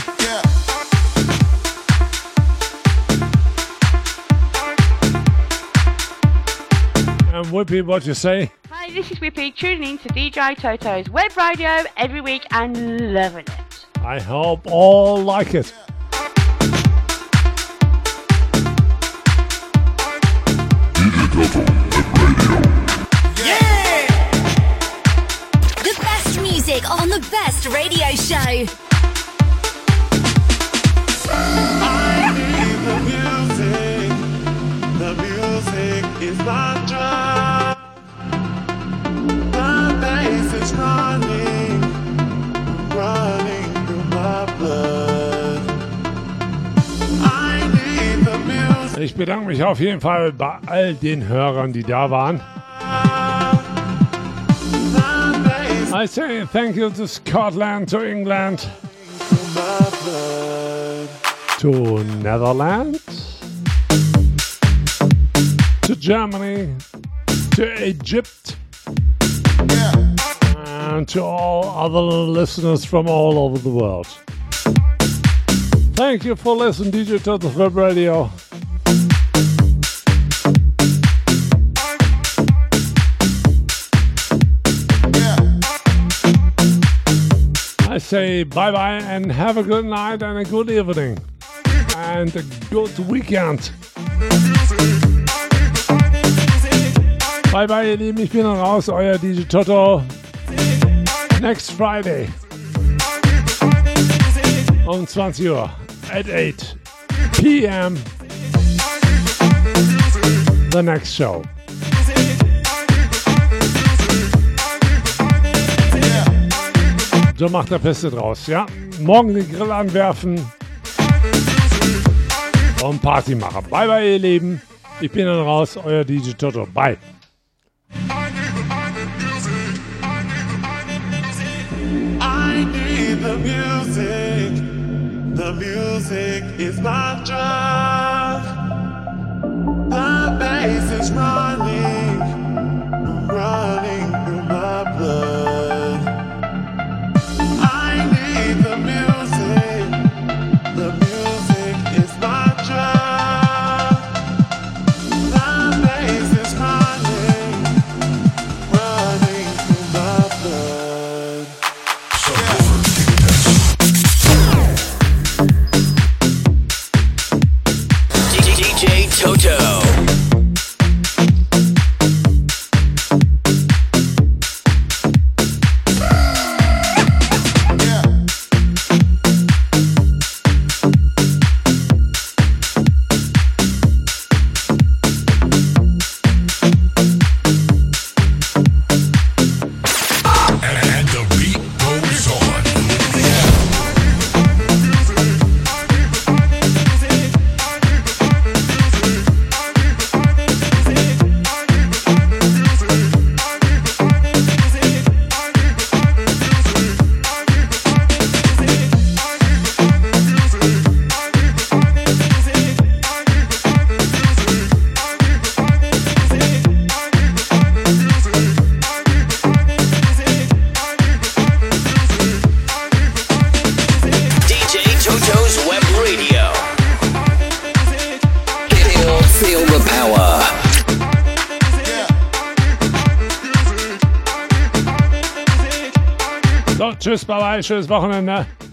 And Whippy, what you say? Hi, this is Whippy, tuning in to D J Toto's web radio every week and loving it. I hope all like it. D J Toto Web Radio. Yeah! The best music on the best radio show. I need the music. The music is my drug. My bass is running, running through my blood. I need the music. Ich bedanke mich auf jeden Fall bei all den Hörern, die da waren. I say thank you to Scotland, to England, to Netherlands, to Germany, to Egypt, and to all other listeners from all over the world. Thank you for listening, D J Toto's Web Radio. I say bye-bye and have a good night and a good evening and a good weekend. Bye-bye, ihr Lieben, ich bin dann raus, euer D J Toto. Next Friday um twenty Uhr at eight p m the next show. So macht der Piste draus, ja? Morgen den Grill anwerfen und Party machen. Bye bye, ihr Lieben. Ich bin dann raus, euer D J Toto. Bye. I need the music. The music is my drug. The bass is running, running through my blood. I need the music. The music is my drug. The bass is running, running through my blood. D J Toto. Tschüss, bye bye, schönes Wochenende.